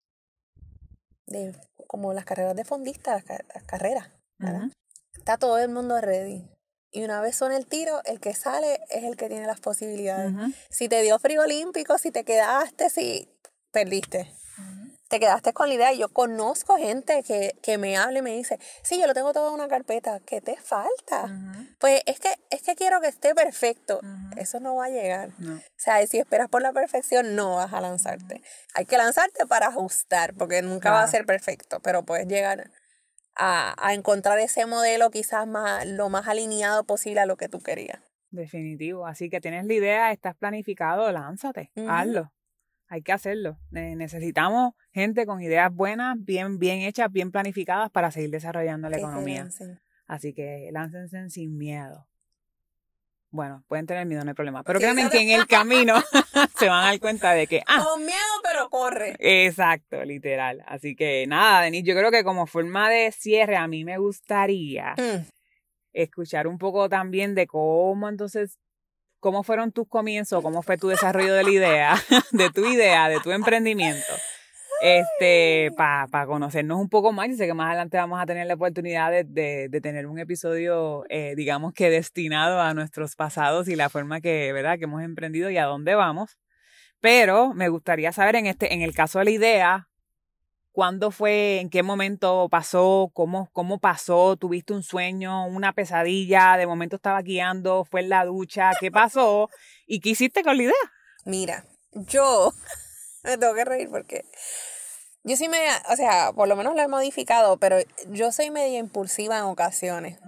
de como las carreras de fondista, las, car- las carreras, ¿verdad? Uh-huh. Está todo el mundo ready. Y una vez suena el tiro, el que sale es el que tiene las posibilidades. Uh-huh. Si te dio frío olímpico, si te quedaste, si perdiste. Uh-huh. Te quedaste con la idea. Yo conozco gente que, que me habla y me dice, sí, yo lo tengo todo en una carpeta. ¿Qué te falta? Uh-huh. Pues es que, es que quiero que esté perfecto. Uh-huh. Eso no va a llegar. No. O sea, si esperas por la perfección, no vas a lanzarte. Hay que lanzarte para ajustar, porque nunca Claro. va a ser perfecto, pero puedes llegar a, a encontrar ese modelo quizás más, lo más alineado posible a lo que tú querías. Definitivo. Así que tienes la idea, estás planificado, lánzate, Ujú. hazlo. Hay que hacerlo. Ne- necesitamos gente con ideas buenas, bien, bien hechas, bien planificadas para seguir desarrollando la Que se economía. lancen. Así que láncense sin miedo. Bueno, pueden tener miedo, no hay problema. Pero Sí, créanme eso que te- en el camino se van a dar cuenta de que, ah, Con miedo, pero corre. exacto, literal. Así que nada, Denise, yo creo que como forma de cierre a mí me gustaría Mm. escuchar un poco también de cómo entonces, cómo fueron tus comienzos, cómo fue tu desarrollo de la idea, de tu idea, de tu emprendimiento. Este, para pa conocernos un poco más. Yo sé que más adelante vamos a tener la oportunidad de, de, de tener un episodio, eh, digamos que destinado a nuestros pasados y la forma que, ¿verdad?, que hemos emprendido y a dónde vamos. Pero me gustaría saber en este, en el caso de la idea, ¿cuándo fue, en qué momento pasó, cómo, cómo pasó? ¿Tuviste un sueño, una pesadilla? ¿De momento estaba guiando? ¿Fue en la ducha? ¿Qué pasó? ¿Y qué hiciste con la idea? Mira, yo me tengo que reír porque yo soy media, o sea, por lo menos lo he modificado, pero yo soy media impulsiva en ocasiones.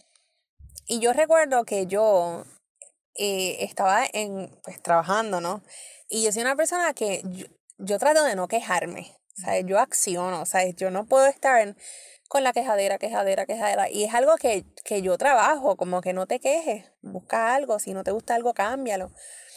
Y yo recuerdo que yo eh, estaba en, pues, trabajando, ¿no? Y yo soy una persona que yo, yo trato de no quejarme, ¿sabes? Yo acciono, ¿sabes? Yo no puedo estar en- con la quejadera, quejadera, quejadera. Y es algo que, que yo trabajo, como que no te quejes, busca algo, si no te gusta algo, cámbialo.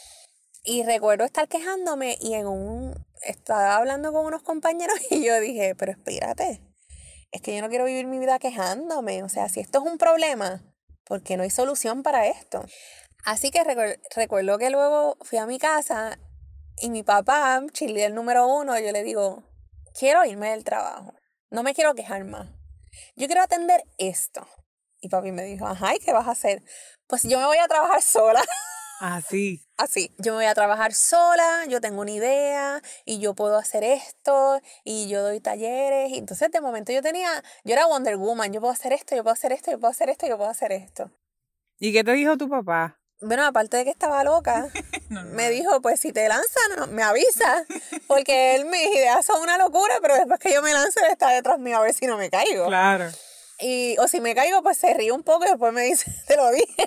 Y recuerdo estar quejándome y en un, estaba hablando con unos compañeros y yo dije, pero espérate, es que yo no quiero vivir mi vida quejándome. O sea, si esto es un problema, ¿por qué no hay solución para esto? Así que recuer- recuerdo que luego fui a mi casa y mi papá, chile el número uno, yo le digo, quiero irme del trabajo, no me quiero quejar más, yo quiero atender esto. Y papi me dijo, ajá, ¿y qué vas a hacer? Pues yo me voy a trabajar sola. Así. Así, yo me voy a trabajar sola, yo tengo una idea y yo puedo hacer esto y yo doy talleres. Y entonces de momento yo tenía, yo era Wonder Woman, yo puedo hacer esto, yo puedo hacer esto, yo puedo hacer esto, yo puedo hacer esto. ¿Y qué te dijo tu papá? Bueno, aparte de que estaba loca, Normal. me dijo, pues si te lanzas, no, me avisa, porque él, mis ideas son una locura, pero después que yo me lance, él está detrás mío a ver si no me caigo. Claro. Y, o si me caigo, pues se ríe un poco y después me dice, te lo dije.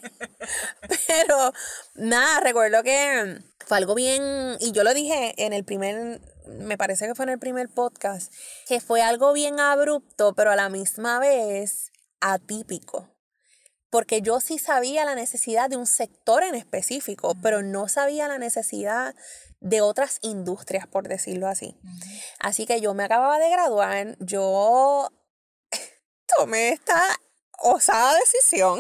Pero nada, recuerdo que fue algo bien, y yo lo dije en el primer, me parece que fue en el primer podcast, que fue algo bien abrupto, pero a la misma vez atípico. Porque yo sí sabía la necesidad de un sector en específico, pero no sabía la necesidad de otras industrias, por decirlo así. Así que yo me acababa de graduar, yo tomé esta osada decisión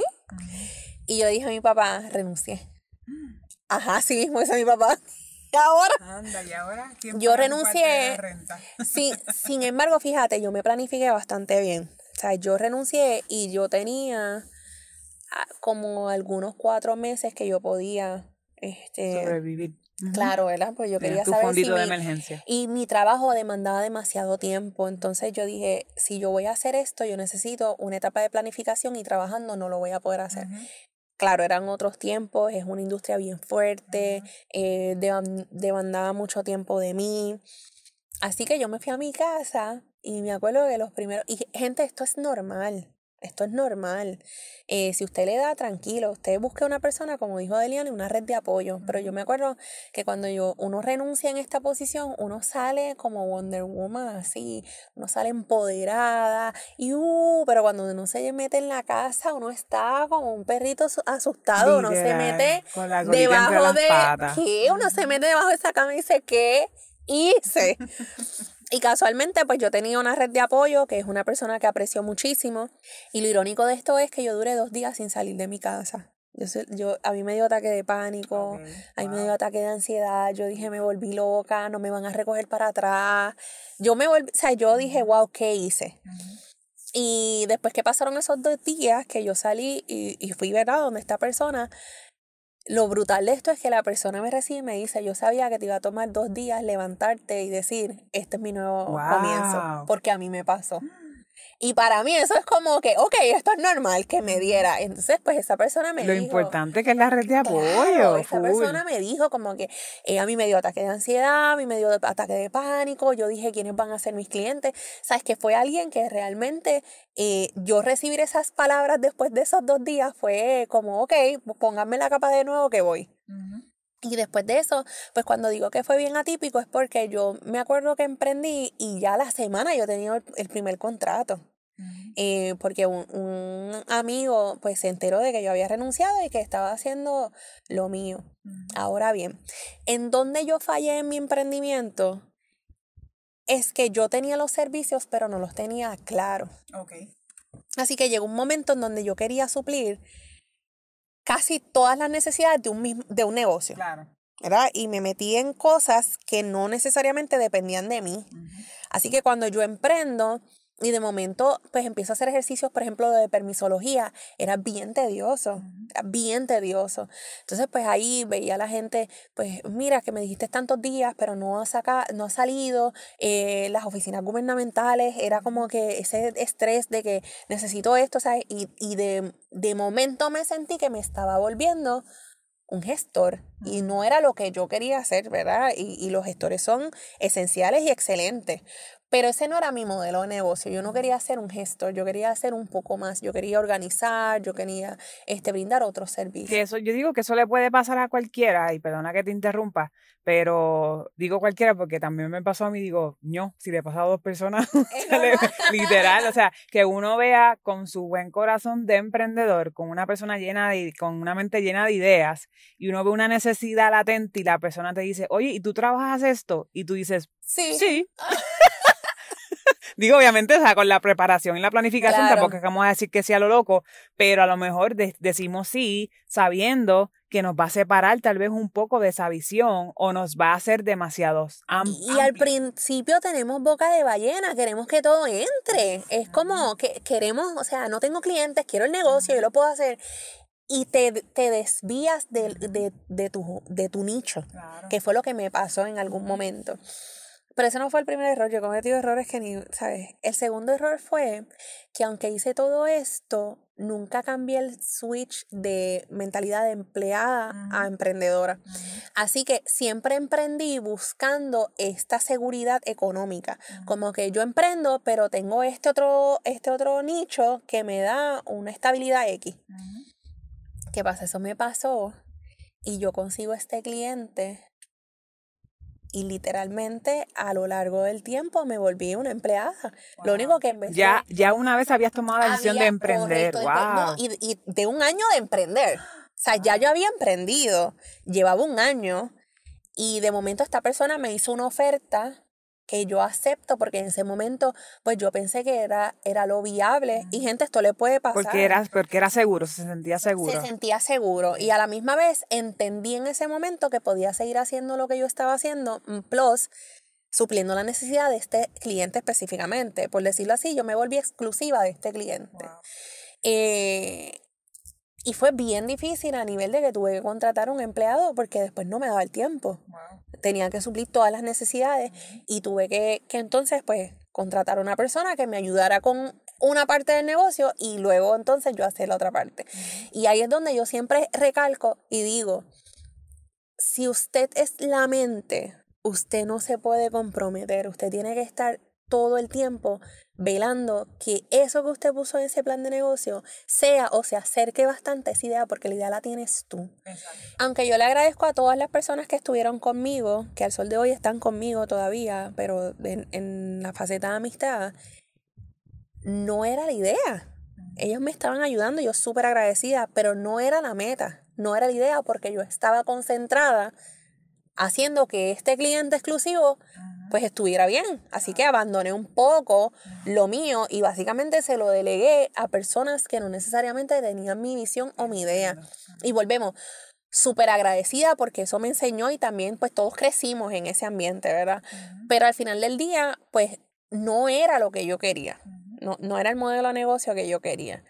y yo dije a mi papá, renuncié. Ajá, así mismo dice mi papá. Y ahora, Anda, ¿y ahora quién yo paga tu parte de la renuncié. renta? Sí, sin embargo, fíjate, yo me planifiqué bastante bien. O sea, yo renuncié y yo tenía ah, como algunos cuatro meses que yo podía, este, Sobrevivir. Ujú. claro, ¿verdad? Pues yo Tenías quería tu saber si fondito de mi, emergencia. y mi trabajo demandaba demasiado tiempo. Entonces yo dije, si yo voy a hacer esto, yo necesito una etapa de planificación y trabajando no lo voy a poder hacer. Ujú. Claro, eran otros tiempos, es una industria bien fuerte, eh, deman- demandaba mucho tiempo de mí. Así que yo me fui a mi casa y me acuerdo de los primeros... Y gente, esto es normal, esto es normal. Eh, si usted le da, tranquilo, usted busque una persona, como dijo Deliane, una red de apoyo. Pero yo me acuerdo que cuando yo, uno renuncia en esta posición, uno sale como Wonder Woman, así, uno sale empoderada, y uh, pero cuando uno se mete en la casa, uno está como un perrito asu- asustado, uno se Literal, mete con la colita entre debajo las de... patas. ¿Qué? Uno se mete debajo de esa cama y dice, ¿qué hice? Y casualmente, pues yo tenía una red de apoyo, que es una persona que aprecio muchísimo. Y lo irónico de esto es que yo duré dos días sin salir de mi casa. Yo, sé- yo, a mí me dio ataque de pánico, Okay, a mí me wow. dio ataque de ansiedad. Yo dije, me volví loca, no me van a recoger para atrás. Yo me volví, o sea, yo dije, wow, ¿qué hice? Ujú. Y después que pasaron esos dos días que yo salí y, y fui, ¿verdad?, donde esta persona, lo brutal de esto es que la persona me recibe y me dice, yo sabía que te iba a tomar dos días levantarte y decir, este es mi nuevo Wow. comienzo, porque a mí me pasó. Y para mí eso es como que, ok, esto es normal que me diera. Entonces, pues esa persona me Lo dijo... importante que es la red de Claro, apoyo, esa full. persona me dijo como que eh, a mí me dio ataque de ansiedad, a mí me dio ataque de pánico, yo dije quiénes van a ser mis clientes, sabes que fue alguien que realmente eh, yo recibir esas palabras después de esos dos días fue como, ok, pónganme la capa de nuevo que voy. Ujú. Y después de eso, pues cuando digo que fue bien atípico es porque yo me acuerdo que emprendí y ya la semana yo tenía el, el primer contrato. Ujú. Eh, porque un, un amigo pues se enteró de que yo había renunciado y que estaba haciendo lo mío. Ujú. Ahora bien, en donde yo fallé en mi emprendimiento es que yo tenía los servicios pero no los tenía claros. Okay. Así que llegó un momento en donde yo quería suplir casi todas las necesidades de un, mismo, de un negocio. Claro. ¿Verdad? Y me metí en cosas que no necesariamente dependían de mí. Ujú. Así que cuando yo emprendo y de momento pues empiezo a hacer ejercicios, por ejemplo, de permisología, era bien tedioso, Ujú. era bien tedioso. Entonces pues ahí veía a la gente, pues mira que me dijiste tantos días, pero no ha, saca, no ha salido. Eh, las oficinas gubernamentales, era como que ese estrés de que necesito esto, ¿sabes? Y, y de, de momento me sentí que me estaba volviendo un gestor y no era lo que yo quería hacer, ¿verdad? Y, y los gestores son esenciales y excelentes, pero ese no era mi modelo de negocio. Yo no quería ser un gestor, yo quería hacer un poco más, yo quería organizar, yo quería este, brindar otros servicios. Que eso, yo digo que eso le puede pasar a cualquiera, y perdona que te interrumpa, pero digo cualquiera porque también me pasó a mí, digo, no, si le pasa a dos personas, literal, o sea, que uno vea con su buen corazón de emprendedor, con una persona llena de, con una mente llena de ideas, y uno ve una necesidad latente y la persona te dice, oye, ¿y tú trabajas esto? Y tú dices, sí. sí. Digo, obviamente, o sea, con la preparación y la planificación, Claro. tampoco es que vamos a decir que sea lo loco, pero a lo mejor de- decimos sí, sabiendo que nos va a separar tal vez un poco de esa visión o nos va a hacer demasiados am- Y al principio tenemos boca de ballena, queremos que todo entre. Es como que queremos, o sea, no tengo clientes, quiero el negocio, yo lo puedo hacer. Y te, te desvías de, de, de, tu, de tu nicho, Claro. que fue lo que me pasó en algún momento. Pero ese no fue el primer error, yo he cometido errores que ni, ¿sabes? El segundo error fue que aunque hice todo esto, nunca cambié el switch de mentalidad de empleada Ujú. a emprendedora. Ujú. Así que siempre emprendí buscando esta seguridad económica. Ujú. Como que yo emprendo, pero tengo este otro, este otro nicho que me da una estabilidad X. Ujú. ¿Qué pasa? Eso me pasó y yo consigo este cliente y literalmente a lo largo del tiempo me volví una empleada. Wow. Lo único que en vez Ya, de... ya una vez habías tomado la decisión de había emprender, correcto, de empre- no, wow. y, y de un año de emprender. O sea, ya yo había emprendido, llevaba un año y de momento esta persona me hizo una oferta que yo acepto porque en ese momento pues yo pensé que era, era lo viable y gente, esto le puede pasar. Porque era, porque era seguro, se sentía seguro. Se sentía seguro y a la misma vez entendí en ese momento que podía seguir haciendo lo que yo estaba haciendo, plus supliendo la necesidad de este cliente específicamente. Por decirlo así, yo me volví exclusiva de este cliente. Wow. Eh, y fue bien difícil a nivel de que tuve que contratar un empleado porque después no me daba el tiempo. Wow. Tenía que suplir todas las necesidades uh-huh. y tuve que, que entonces pues contratar a una persona que me ayudara con una parte del negocio y luego entonces yo hacer la otra parte. Uh-huh. Y ahí es donde yo siempre recalco y digo, si usted es la mente, usted no se puede comprometer, usted tiene que estar todo el tiempo velando que eso que usted puso en ese plan de negocio sea o se acerque bastante a esa idea, porque la idea la tienes tú. Exacto. Aunque yo le agradezco a todas las personas que estuvieron conmigo, que al sol de hoy están conmigo todavía, pero en, en la faceta de amistad, no era la idea. Ellos me estaban ayudando, yo súper agradecida, pero no era la meta, no era la idea, porque yo estaba concentrada haciendo que este cliente exclusivo uh-huh. pues estuviera bien. Así que abandoné un poco lo mío y básicamente se lo delegué a personas que no necesariamente tenían mi visión o mi idea. Y volvemos, súper agradecida porque eso me enseñó y también pues todos crecimos en ese ambiente, ¿verdad? Pero al final del día, pues no era lo que yo quería. No, no era el modelo de negocio que yo quería.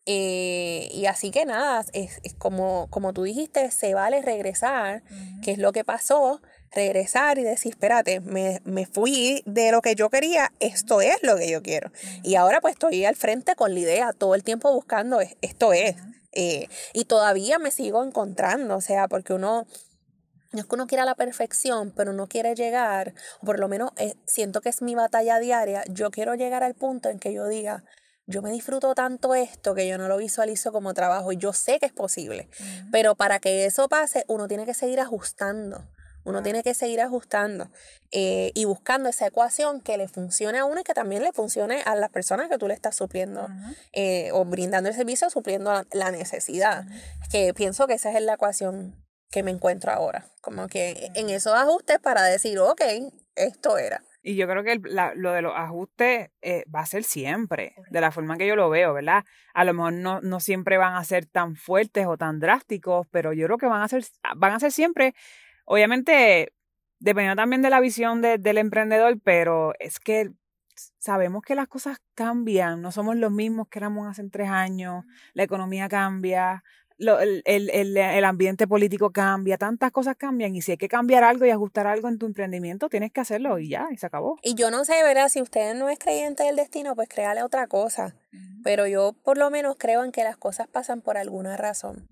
Eh, y así que nada, es, es como, como tú dijiste, se vale regresar, uh-huh. que es lo que pasó, regresar y decir, espérate, me, me fui de lo que yo quería, esto es lo que yo quiero. Uh-huh. Y ahora pues estoy al frente con la idea, todo el tiempo buscando, esto es. Uh-huh. Eh, y todavía me sigo encontrando, o sea, porque uno... No es que uno quiera la perfección, pero uno quiere llegar, o por lo menos eh, siento que es mi batalla diaria, yo quiero llegar al punto en que yo diga, yo me disfruto tanto esto que yo no lo visualizo como trabajo y yo sé que es posible, uh-huh. pero para que eso pase uno tiene que seguir ajustando, uno uh-huh. tiene que seguir ajustando eh, y buscando esa ecuación que le funcione a uno y que también le funcione a las personas que tú le estás supliendo uh-huh. eh, o brindando el servicio, supliendo la, la necesidad, uh-huh. que pienso que esa es la ecuación que me encuentro ahora, como que en esos ajustes para decir, ok, esto era. Y yo creo que el, la, lo de los ajustes eh, va a ser siempre, de la forma que yo lo veo, ¿verdad? A lo mejor no, no siempre van a ser tan fuertes o tan drásticos, pero yo creo que van a ser, van a ser siempre, obviamente, dependiendo también de la visión de, del emprendedor, pero es que sabemos que las cosas cambian, no somos los mismos que éramos hace tres años, la economía cambia, Lo, el, el, el, el ambiente político cambia, tantas cosas cambian y si hay que cambiar algo y ajustar algo en tu emprendimiento, tienes que hacerlo y ya, y se acabó. Y yo no sé, ¿verdad? Si usted no es creyente del destino, pues créale otra cosa. Uh-huh. Pero yo por lo menos creo en que las cosas pasan por alguna razón.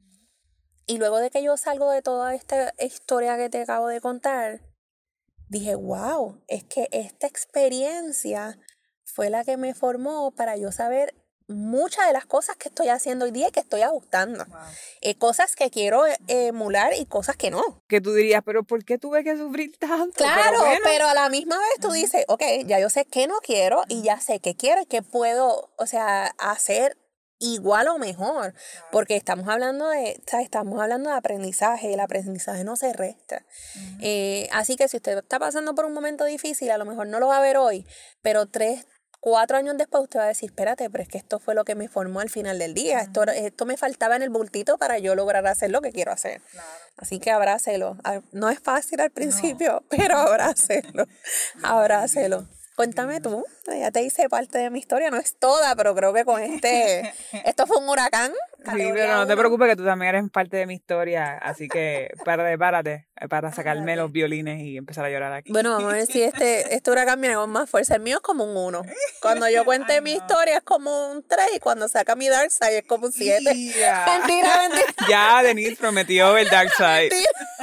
Y luego de que yo salgo de toda esta historia que te acabo de contar, dije, wow, es que esta experiencia fue la que me formó para yo saber muchas de las cosas que estoy haciendo hoy día y que estoy ajustando. Wow. Eh, cosas que quiero eh, emular y cosas que no. Que tú dirías, pero ¿por qué tuve que sufrir tanto? Claro, pero, bueno. pero a la misma vez tú uh-huh. dices, ok, ya yo sé qué no quiero uh-huh. y ya sé qué quiero y qué puedo, o sea, hacer igual o mejor. Wow. Porque estamos hablando de, ¿sabes? Estamos hablando de aprendizaje, el aprendizaje no se resta. Uh-huh. Eh, así que si usted está pasando por un momento difícil, a lo mejor no lo va a ver hoy, pero tres Cuatro años después usted va a decir, espérate, pero es que esto fue lo que me formó al final del día. Uh-huh. Esto, esto me faltaba en el bultito para yo lograr hacer lo que quiero hacer. Claro. Así que abrácelo. No es fácil al principio, no. pero abrácelo. Abrácelo. Cuéntame tú, ya te hice parte de mi historia, no es toda, pero creo que con este, esto fue un huracán. Sí, pero no te preocupes que tú también eres parte de mi historia, así que párate, párate, para sacarme los violines y empezar a llorar aquí. Bueno, vamos a ver si este, este huracán viene con más fuerza. El mío es como un uno. Cuando yo cuente Ay, mi no. historia es como un tres y cuando saca mi Dark Side es como un siete. Yeah. Mentira, mentira. Ya Denise prometió el Dark Side.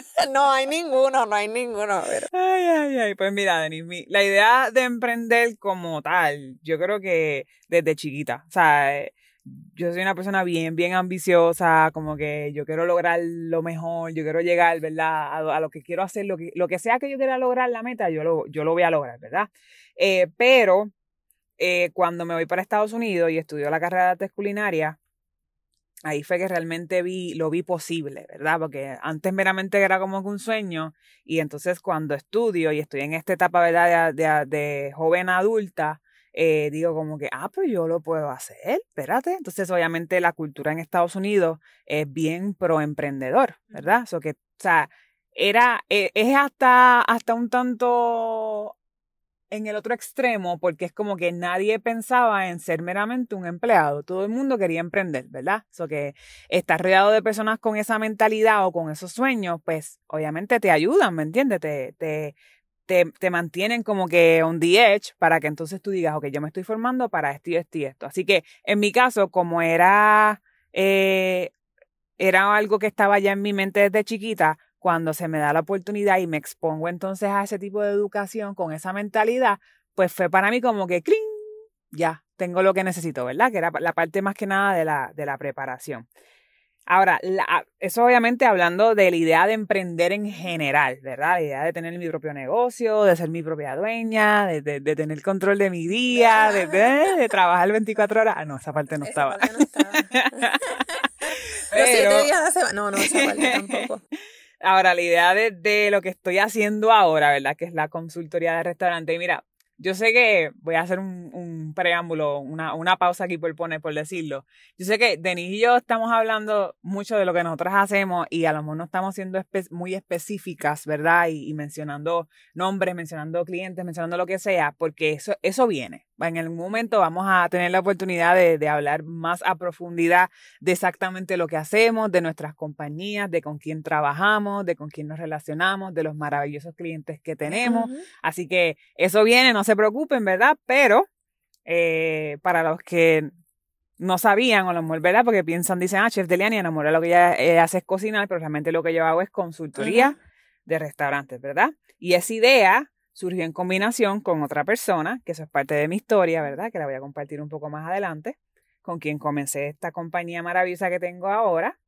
No hay ninguno, no hay ninguno. Pero... Ay, ay, ay. Pues mira, Denise, mi, la idea de emprender como tal, yo creo que desde chiquita, o sea, yo soy una persona bien, bien ambiciosa, como que yo quiero lograr lo mejor, yo quiero llegar, ¿verdad? A, a lo que quiero hacer, lo que, lo que sea que yo quiera lograr, la meta, yo lo, yo lo voy a lograr, ¿verdad? Eh, pero eh, cuando me voy para Estados Unidos y estudio la carrera de artes culinarias, ahí fue que realmente vi, lo vi posible, ¿verdad? Porque antes meramente era como que un sueño y entonces cuando estudio y estoy en esta etapa, ¿verdad? De, de, de joven adulta, eh, digo como que, ah, pero yo lo puedo hacer, espérate. Entonces obviamente la cultura en Estados Unidos es bien pro emprendedor, ¿verdad? So que, o sea, era, eh, es hasta, hasta un tanto en el otro extremo, porque es como que nadie pensaba en ser meramente un empleado. Todo el mundo quería emprender, ¿verdad? So que estar rodeado de personas con esa mentalidad o con esos sueños, pues obviamente te ayudan, ¿me entiendes? Te, te, te, te mantienen como que on the edge para que entonces tú digas, ok, yo me estoy formando para esto y esto y esto. Así que en mi caso, como era, eh, era algo que estaba ya en mi mente desde chiquita, cuando se me da la oportunidad y me expongo entonces a ese tipo de educación con esa mentalidad, pues fue para mí como que ¡cling! Ya, tengo lo que necesito, ¿verdad? Que era la parte más que nada de la, de la preparación. Ahora, la, eso obviamente hablando de la idea de emprender en general, ¿verdad? La idea de tener mi propio negocio, de ser mi propia dueña, de, de, de tener control de mi día, de, de, de trabajar veinticuatro horas. Ah, no, esa parte no esa estaba. Parte no estaba. Pero, Los siete días de semana. No, no, esa parte tampoco. Ahora, la idea de, de lo que estoy haciendo ahora, ¿verdad? Que es la consultoría de restaurante. Y mira, yo sé que voy a hacer un, un preámbulo, una, una pausa aquí por poner, por decirlo. Yo sé que Denise y yo estamos hablando mucho de lo que nosotras hacemos y a lo mejor no estamos siendo espe- muy específicas, ¿verdad? Y, y mencionando nombres, mencionando clientes, mencionando lo que sea, porque eso, eso viene. En algún momento vamos a tener la oportunidad de, de hablar más a profundidad de exactamente lo que hacemos, de nuestras compañías, de con quién trabajamos, de con quién nos relacionamos, de los maravillosos clientes que tenemos. Uh-huh. Así que eso viene, no se preocupen, ¿verdad? Pero eh, para los que no sabían, o a lo mejor, ¿verdad? Porque piensan, dicen, ah, Chef Deliani, enamora lo que ella eh, hace es cocinar, pero realmente lo que yo hago es consultoría uh-huh. de restaurantes, ¿verdad? Y esa idea surgió en combinación con otra persona, que eso es parte de mi historia, ¿verdad? Que la voy a compartir un poco más adelante, con quien comencé esta compañía maravillosa que tengo ahora.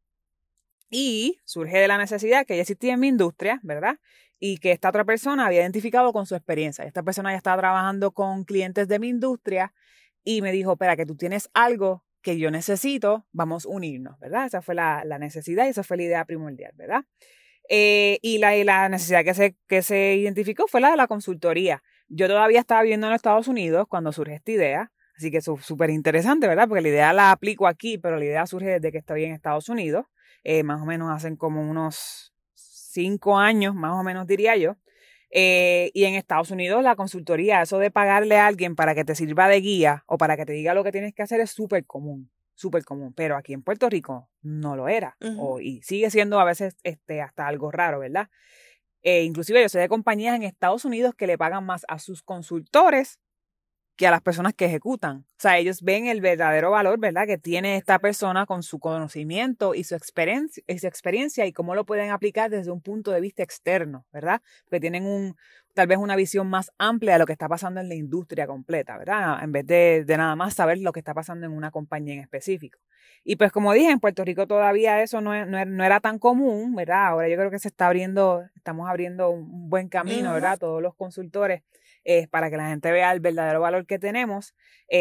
Y surge de la necesidad que ya existía en mi industria, ¿verdad? Y que esta otra persona había identificado con su experiencia. Esta persona ya estaba trabajando con clientes de mi industria y me dijo, espera, que tú tienes algo que yo necesito, vamos a unirnos, ¿verdad? Esa fue la, la necesidad y esa fue la idea primordial, ¿verdad? Eh, y, la, y la necesidad que se, que se identificó fue la de la consultoría. Yo todavía estaba viviendo en los Estados Unidos cuando surge esta idea, así que es súper interesante, ¿verdad? Porque la idea la aplico aquí, pero la idea surge desde que estoy en Estados Unidos. Eh, más o menos hacen como unos cinco años, más o menos diría yo. Eh, y en Estados Unidos la consultoría, eso de pagarle a alguien para que te sirva de guía o para que te diga lo que tienes que hacer es súper común, súper común. Pero aquí en Puerto Rico no lo era. Uh-huh. O, y sigue siendo a veces este, hasta algo raro, ¿verdad? Eh, inclusive yo sé de compañías en Estados Unidos que le pagan más a sus consultores que a las personas que ejecutan. O sea, ellos ven el verdadero valor, ¿verdad?, que tiene esta persona con su conocimiento y su experiencia, y su experiencia y cómo lo pueden aplicar desde un punto de vista externo, ¿verdad? Porque tienen un, tal vez una visión más amplia de lo que está pasando en la industria completa, ¿verdad? En vez de, de nada más saber lo que está pasando en una compañía en específico. Y pues como dije, en Puerto Rico todavía eso no, no, no era tan común, ¿verdad? Ahora yo creo que se está abriendo, estamos abriendo un buen camino, ¿verdad? Todos los consultores. Eh, para que la gente vea el verdadero valor que tenemos.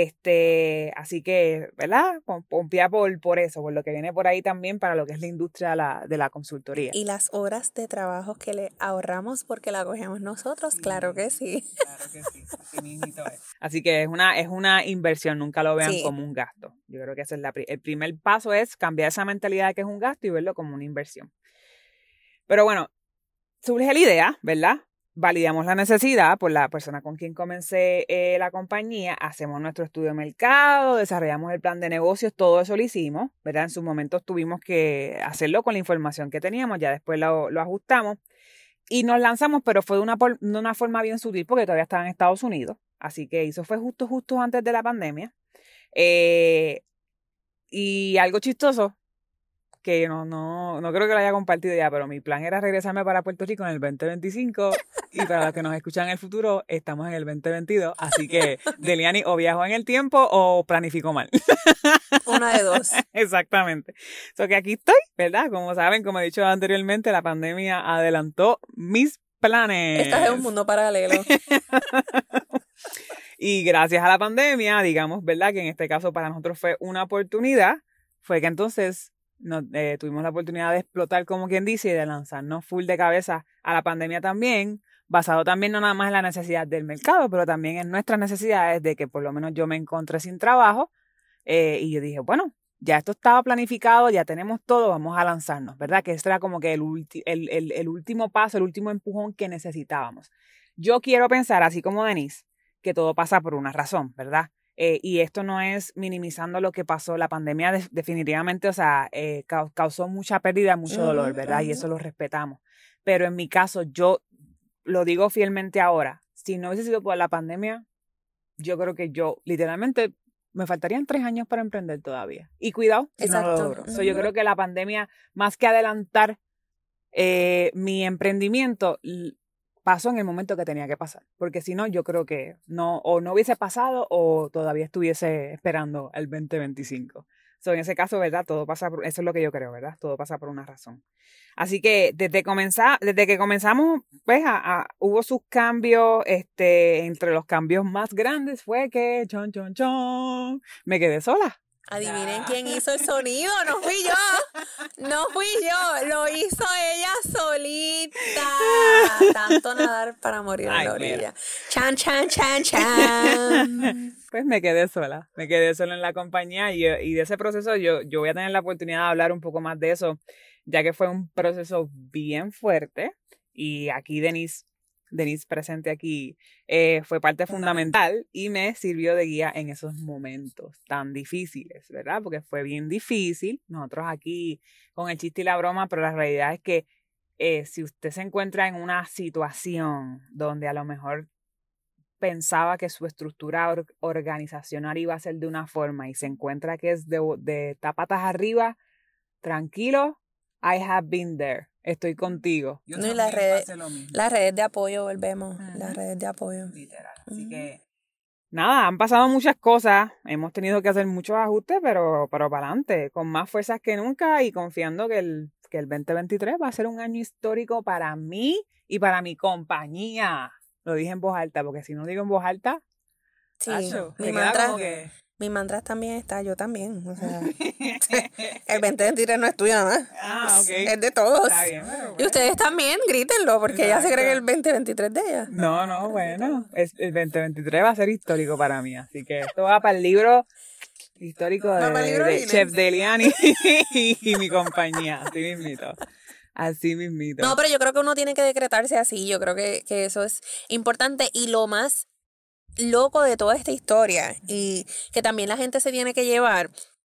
Este, así que, ¿verdad? Pompía por, por eso, por lo que viene por ahí también para lo que es la industria de la, de la consultoría. Y las horas de trabajo que le ahorramos porque la cogemos nosotros, sí, claro que sí. Claro que sí, así mismito es. Así que es una, es una inversión, nunca lo vean sí. como un gasto. Yo creo que ese es la, el primer paso es cambiar esa mentalidad de que es un gasto y verlo como una inversión. Pero bueno, surge la idea, ¿verdad? Validamos la necesidad por la persona con quien comencé eh, la compañía, hacemos nuestro estudio de mercado, desarrollamos el plan de negocios, todo eso lo hicimos, ¿verdad? En sus momentos tuvimos que hacerlo con la información que teníamos, ya después lo, lo ajustamos y nos lanzamos, pero fue de una, de una forma bien sutil porque todavía estaba en Estados Unidos, así que eso fue justo, justo antes de la pandemia. Eh, y algo chistoso, que no, no, no creo que lo haya compartido ya, pero mi plan era regresarme para Puerto Rico en el veinte veinticinco y para los que nos escuchan en el futuro, estamos en el veinte veintidós, así que Deliani o viajó en el tiempo o planificó mal. Una de dos. Exactamente. So que aquí estoy, ¿verdad? Como saben, como he dicho anteriormente, la pandemia adelantó mis planes. Estás en un mundo paralelo. Y gracias a la pandemia, digamos, ¿verdad? Que en este caso para nosotros fue una oportunidad, fue que entonces Nos, eh, tuvimos la oportunidad de explotar, como quien dice, y de lanzarnos full de cabeza a la pandemia también, basado también no nada más en la necesidad del mercado, pero también en nuestras necesidades de que por lo menos yo me encontré sin trabajo eh, y yo dije, bueno, ya esto estaba planificado, ya tenemos todo, vamos a lanzarnos, ¿verdad? Que este era como que el, ulti, el, el, el último paso, el último empujón que necesitábamos. Yo quiero pensar, así como Denise, que todo pasa por una razón, ¿verdad? Eh, y esto no es minimizando lo que pasó. La pandemia de, definitivamente, o sea, eh, ca- causó mucha pérdida, mucho dolor, ¿verdad? Y eso lo respetamos. Pero en mi caso, yo lo digo fielmente ahora, si no hubiese sido por la pandemia, yo creo que yo, literalmente, me faltarían tres años para emprender todavía. Y cuidado, si Exacto. no lo logro. Uh-huh. So, yo creo que la pandemia, más que adelantar eh, mi emprendimiento, pasó en el momento que tenía que pasar, porque si no, yo creo que no, o no hubiese pasado o todavía estuviese esperando el veinte veinticinco. So, en ese caso, ¿verdad? Todo pasa por, eso es lo que yo creo, ¿verdad? Todo pasa por una razón. Así que desde, comenzar, desde que comenzamos, pues, a, a, hubo sus cambios, este, entre los cambios más grandes fue que, chon, chon, chon, me quedé sola. Adivinen quién hizo el sonido, no fui yo, no fui yo, lo hizo ella solita. Tanto nadar para morir en la orilla. Mira. Chan, chan, chan, chan. Pues me quedé sola, me quedé sola en la compañía y, y de ese proceso yo, yo voy a tener la oportunidad de hablar un poco más de eso, ya que fue un proceso bien fuerte y aquí Denise, Denise presente aquí, eh, fue parte fundamental y me sirvió de guía en esos momentos tan difíciles, ¿verdad? Porque fue bien difícil, nosotros aquí con el chiste y la broma, pero la realidad es que eh, si usted se encuentra en una situación donde a lo mejor pensaba que su estructura or- organizacional iba a ser de una forma y se encuentra que es de, de tapatas arriba, tranquilo, I have been there. Estoy contigo. Yo no, y las redes, las redes de apoyo, volvemos. Uh-huh. Las redes de apoyo. Literal. Así uh-huh. que, nada, han pasado muchas cosas. Hemos tenido que hacer muchos ajustes, pero, pero para adelante, con más fuerzas que nunca y confiando que el, que el veinte veintitrés va a ser un año histórico para mí y para mi compañía. Lo dije en voz alta, porque si no digo en voz alta, sí, tacho, mi mantra, que... mi mantra también está, yo también. O sea, el veinte veintitrés no es tuyo nada más. Ah, ok. Es de todos. Está bien, bueno. Y ustedes también, grítenlo, porque exacto. Ella se cree que el veinte veintitrés de ella. No, no, bueno. Es, el veinte veintitrés va a ser histórico para mí, así que esto va para el libro histórico de, libro de Chef Deliani y, y mi compañía, así mismito. Así mismito. No, pero yo creo que uno tiene que decretarse así. Yo creo que, que eso es importante. Y lo más loco de toda esta historia, y que también la gente se tiene que llevar,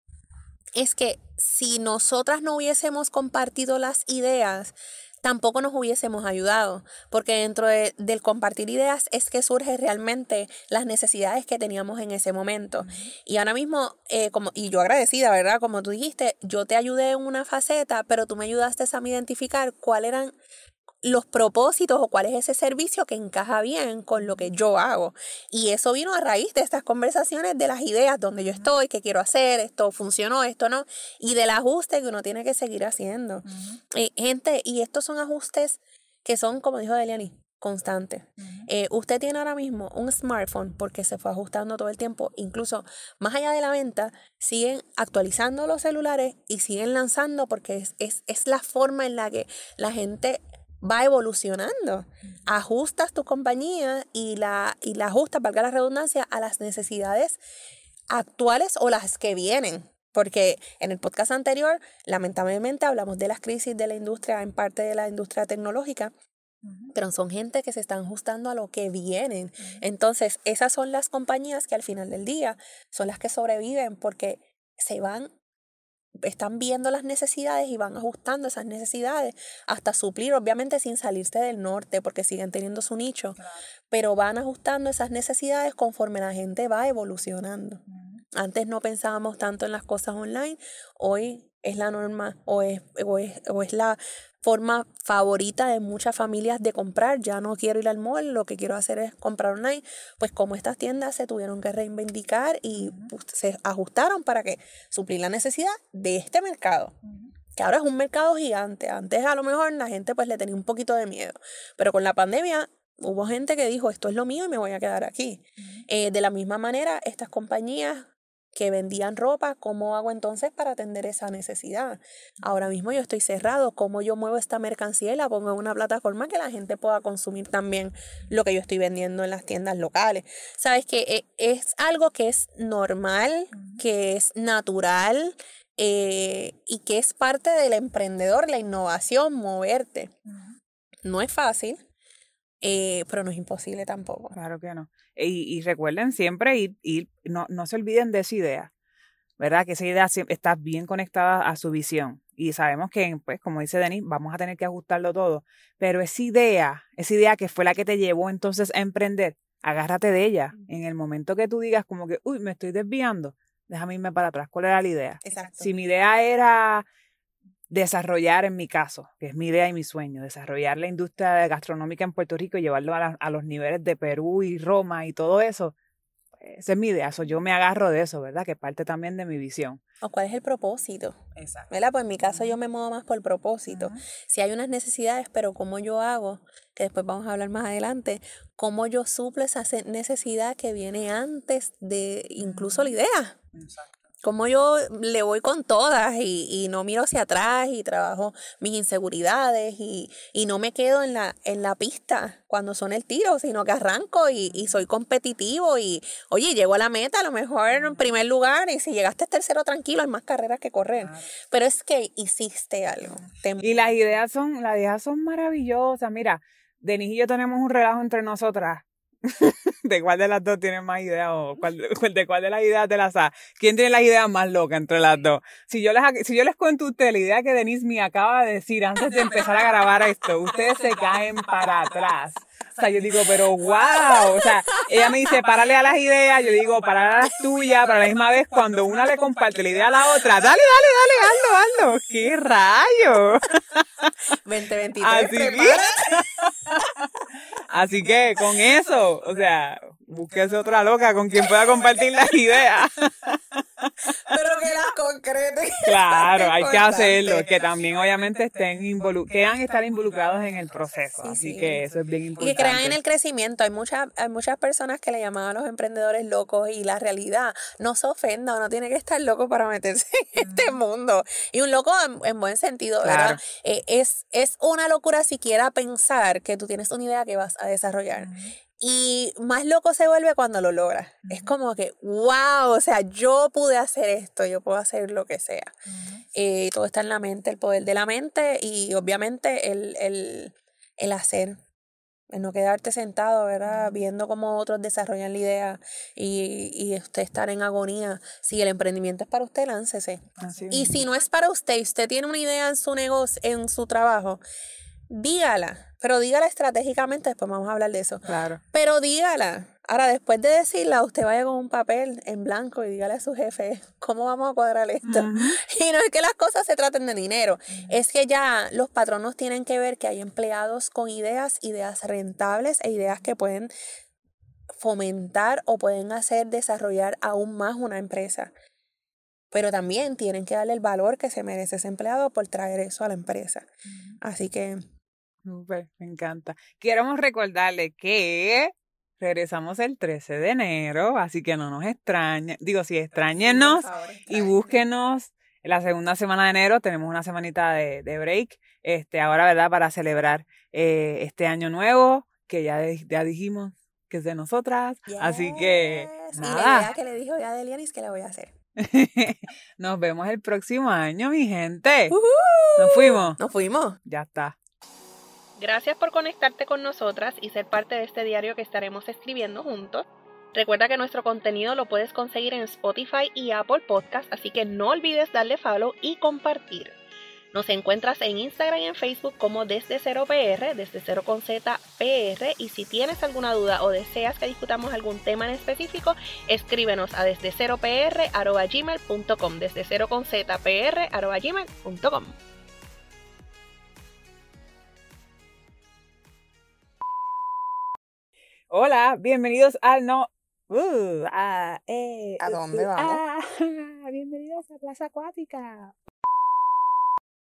es que si nosotras no hubiésemos compartido las ideas, tampoco nos hubiésemos ayudado, porque dentro de, del compartir ideas es que surgen realmente las necesidades que teníamos en ese momento. Uh-huh. Y ahora mismo, eh, como, y yo agradecida, ¿verdad? Como tú dijiste, yo te ayudé en una faceta, pero tú me ayudaste a mí identificar cuáles eran los propósitos o cuál es ese servicio que encaja bien con lo que yo hago. Y eso vino a raíz de estas conversaciones de las ideas, donde yo estoy, qué quiero hacer, esto funcionó, esto no, y del ajuste que uno tiene que seguir haciendo. Uh-huh. Eh, gente, y estos son ajustes que son, como dijo Deliani, constantes. Uh-huh. Eh, usted tiene ahora mismo un smartphone porque se fue ajustando todo el tiempo, incluso más allá de la venta, siguen actualizando los celulares y siguen lanzando porque es, es, es la forma en la que la gente va evolucionando. Ajustas tu compañía y la, y la ajustas, valga la redundancia, a las necesidades actuales o las que vienen. Porque en el podcast anterior, lamentablemente, hablamos de las crisis de la industria, en parte de la industria tecnológica, uh-huh. pero son gente que se están ajustando a lo que vienen. Uh-huh. Entonces, esas son las compañías que al final del día son las que sobreviven porque se van están viendo las necesidades y van ajustando esas necesidades hasta suplir, obviamente sin salirse del norte porque siguen teniendo su nicho, claro. pero van ajustando esas necesidades conforme la gente va evolucionando. Uh-huh. Antes no pensábamos tanto en las cosas online, hoy es la norma o es, o es, o es la forma favorita de muchas familias de comprar. Ya no quiero ir al mall, lo que quiero hacer es comprar online. Pues como estas tiendas se tuvieron que reivindicar y pues, se ajustaron para que suplir la necesidad de este mercado. Uh-huh. Que ahora es un mercado gigante. Antes a lo mejor la gente pues le tenía un poquito de miedo. Pero con la pandemia hubo gente que dijo, esto es lo mío y me voy a quedar aquí. Uh-huh. Eh, de la misma manera, estas compañías que vendían ropa, ¿cómo hago entonces para atender esa necesidad? Ahora mismo yo estoy cerrado, ¿cómo yo muevo esta mercancía y la pongo en una plataforma que la gente pueda consumir también lo que yo estoy vendiendo en las tiendas locales? Sabes que es algo que es normal, que es natural eh, y que es parte del emprendedor, la innovación, moverte. No es fácil. Eh, pero no es imposible tampoco. Claro que no. Y, y recuerden siempre ir, ir no, no se olviden de esa idea, ¿verdad? Que esa idea está bien conectada a su visión. Y sabemos que, pues, como dice Denis, vamos a tener que ajustarlo todo. Pero esa idea, esa idea que fue la que te llevó entonces a emprender, agárrate de ella. En el momento que tú digas como que, uy, me estoy desviando, déjame irme para atrás. ¿Cuál era la idea? Exacto. Si mi idea era desarrollar, en mi caso, que es mi idea y mi sueño, desarrollar la industria gastronómica en Puerto Rico y llevarlo a, la, a los niveles de Perú y Roma y todo eso, pues, esa es mi idea. So, yo me agarro de eso, ¿verdad? Que es parte también de mi visión. ¿O cuál es el propósito? Exacto. ¿Verdad? Pues en mi caso uh-huh. yo me muevo más por propósito. Uh-huh. Si hay unas necesidades, pero cómo yo hago, que después vamos a hablar más adelante, cómo yo suplo esa necesidad que viene antes de incluso la idea. Exacto. Como yo le voy con todas y, y no miro hacia atrás y trabajo mis inseguridades y, y no me quedo en la, en la pista cuando son el tiro, sino que arranco y, y soy competitivo y, oye, llego a la meta, a lo mejor en primer lugar, y si llegaste tercero, tranquilo, hay más carreras que correr. Claro. Pero es que hiciste algo. Te... Y las ideas son, las ideas son maravillosas. Mira, Denise y yo tenemos un relajo entre nosotras. ¿De cuál de las dos tiene más ideas o cuál, de cuál de las ideas te las da? ¿Quién tiene las ideas más locas entre las dos? Si yo les, si yo les cuento a ustedes la idea que Denise me acaba de decir antes de empezar a grabar esto, ustedes se caen para atrás. O sea, yo digo, pero wow. O sea, ella me dice, párale a las ideas. Yo digo, párale a las tuyas. Pero a la misma vez, cuando una le comparte la idea a la otra, dale, dale, dale, hazlo, hazlo. ¡Qué rayo! veinte veintitrés, Así que, así que, con eso, o sea, búsquese otra loca con quien pueda compartir las ideas. Pero que las concrete. Claro, hay que hacerlo, que también obviamente estén involu- quieran estar involucrados en el proceso, Sí, así sí. que eso es bien importante. Y que crean en el crecimiento. Hay muchas, hay muchas personas que le llaman a los emprendedores locos y la realidad no se ofenda, uno tiene que estar loco para meterse en este mundo. Y un loco en, en buen sentido, ¿verdad? Claro. Eh, es, es una locura siquiera pensar que tú tienes una idea que vas a desarrollar. Uh-huh. Y más loco se vuelve cuando lo logras. Uh-huh. Es como que, wow, o sea, yo pude hacer esto, yo puedo hacer lo que sea. Uh-huh. Eh, todo está en la mente, el poder de la mente y obviamente el, el, el hacer. El no quedarte sentado, ¿verdad? Uh-huh. Viendo cómo otros desarrollan la idea y, y usted estar en agonía. Si el emprendimiento es para usted, láncese. Así y si no es para usted, usted tiene una idea en su negocio, en su trabajo, dígala. Pero dígala estratégicamente, después vamos a hablar de eso. Claro. Pero dígala. Ahora, después de decirla, usted vaya con un papel en blanco y dígale a su jefe, ¿cómo vamos a cuadrar esto? Uh-huh. Y no es que las cosas se traten de dinero. Uh-huh. Es que ya los patronos tienen que ver que hay empleados con ideas, ideas rentables e ideas que pueden fomentar o pueden hacer desarrollar aún más una empresa. Pero también tienen que darle el valor que se merece ese empleado por traer eso a la empresa. Uh-huh. Así que... Super, me encanta. Queremos recordarle que regresamos el trece de enero, así que no nos extrañen. Digo, sí, extrañenos sí, y búsquenos. La segunda semana de enero tenemos una semanita de, de break. Este, ahora, ¿verdad? Para celebrar eh, este año nuevo, que ya, ya dijimos que es de nosotras. Yes. Así que, nada. Y la idea que le dijo ya de Lianis que la voy a hacer. Nos vemos el próximo año, mi gente. Uh-huh. ¿Nos fuimos? Nos fuimos. Ya está. Gracias por conectarte con nosotras y ser parte de este diario que estaremos escribiendo juntos. Recuerda que nuestro contenido lo puedes conseguir en Spotify y Apple Podcast, así que no olvides darle follow y compartir. Nos encuentras en Instagram y en Facebook como Desde Cero P R, Desde Cero con Z P R, y si tienes alguna duda o deseas que discutamos algún tema en específico, escríbenos a desde cero p r arroba gmail punto com, desde cero con Z P R arroba gmail punto com. Hola, bienvenidos al no... Uh, ah, eh, ¿A dónde vamos? Ah, bienvenidos a Plaza Acuática.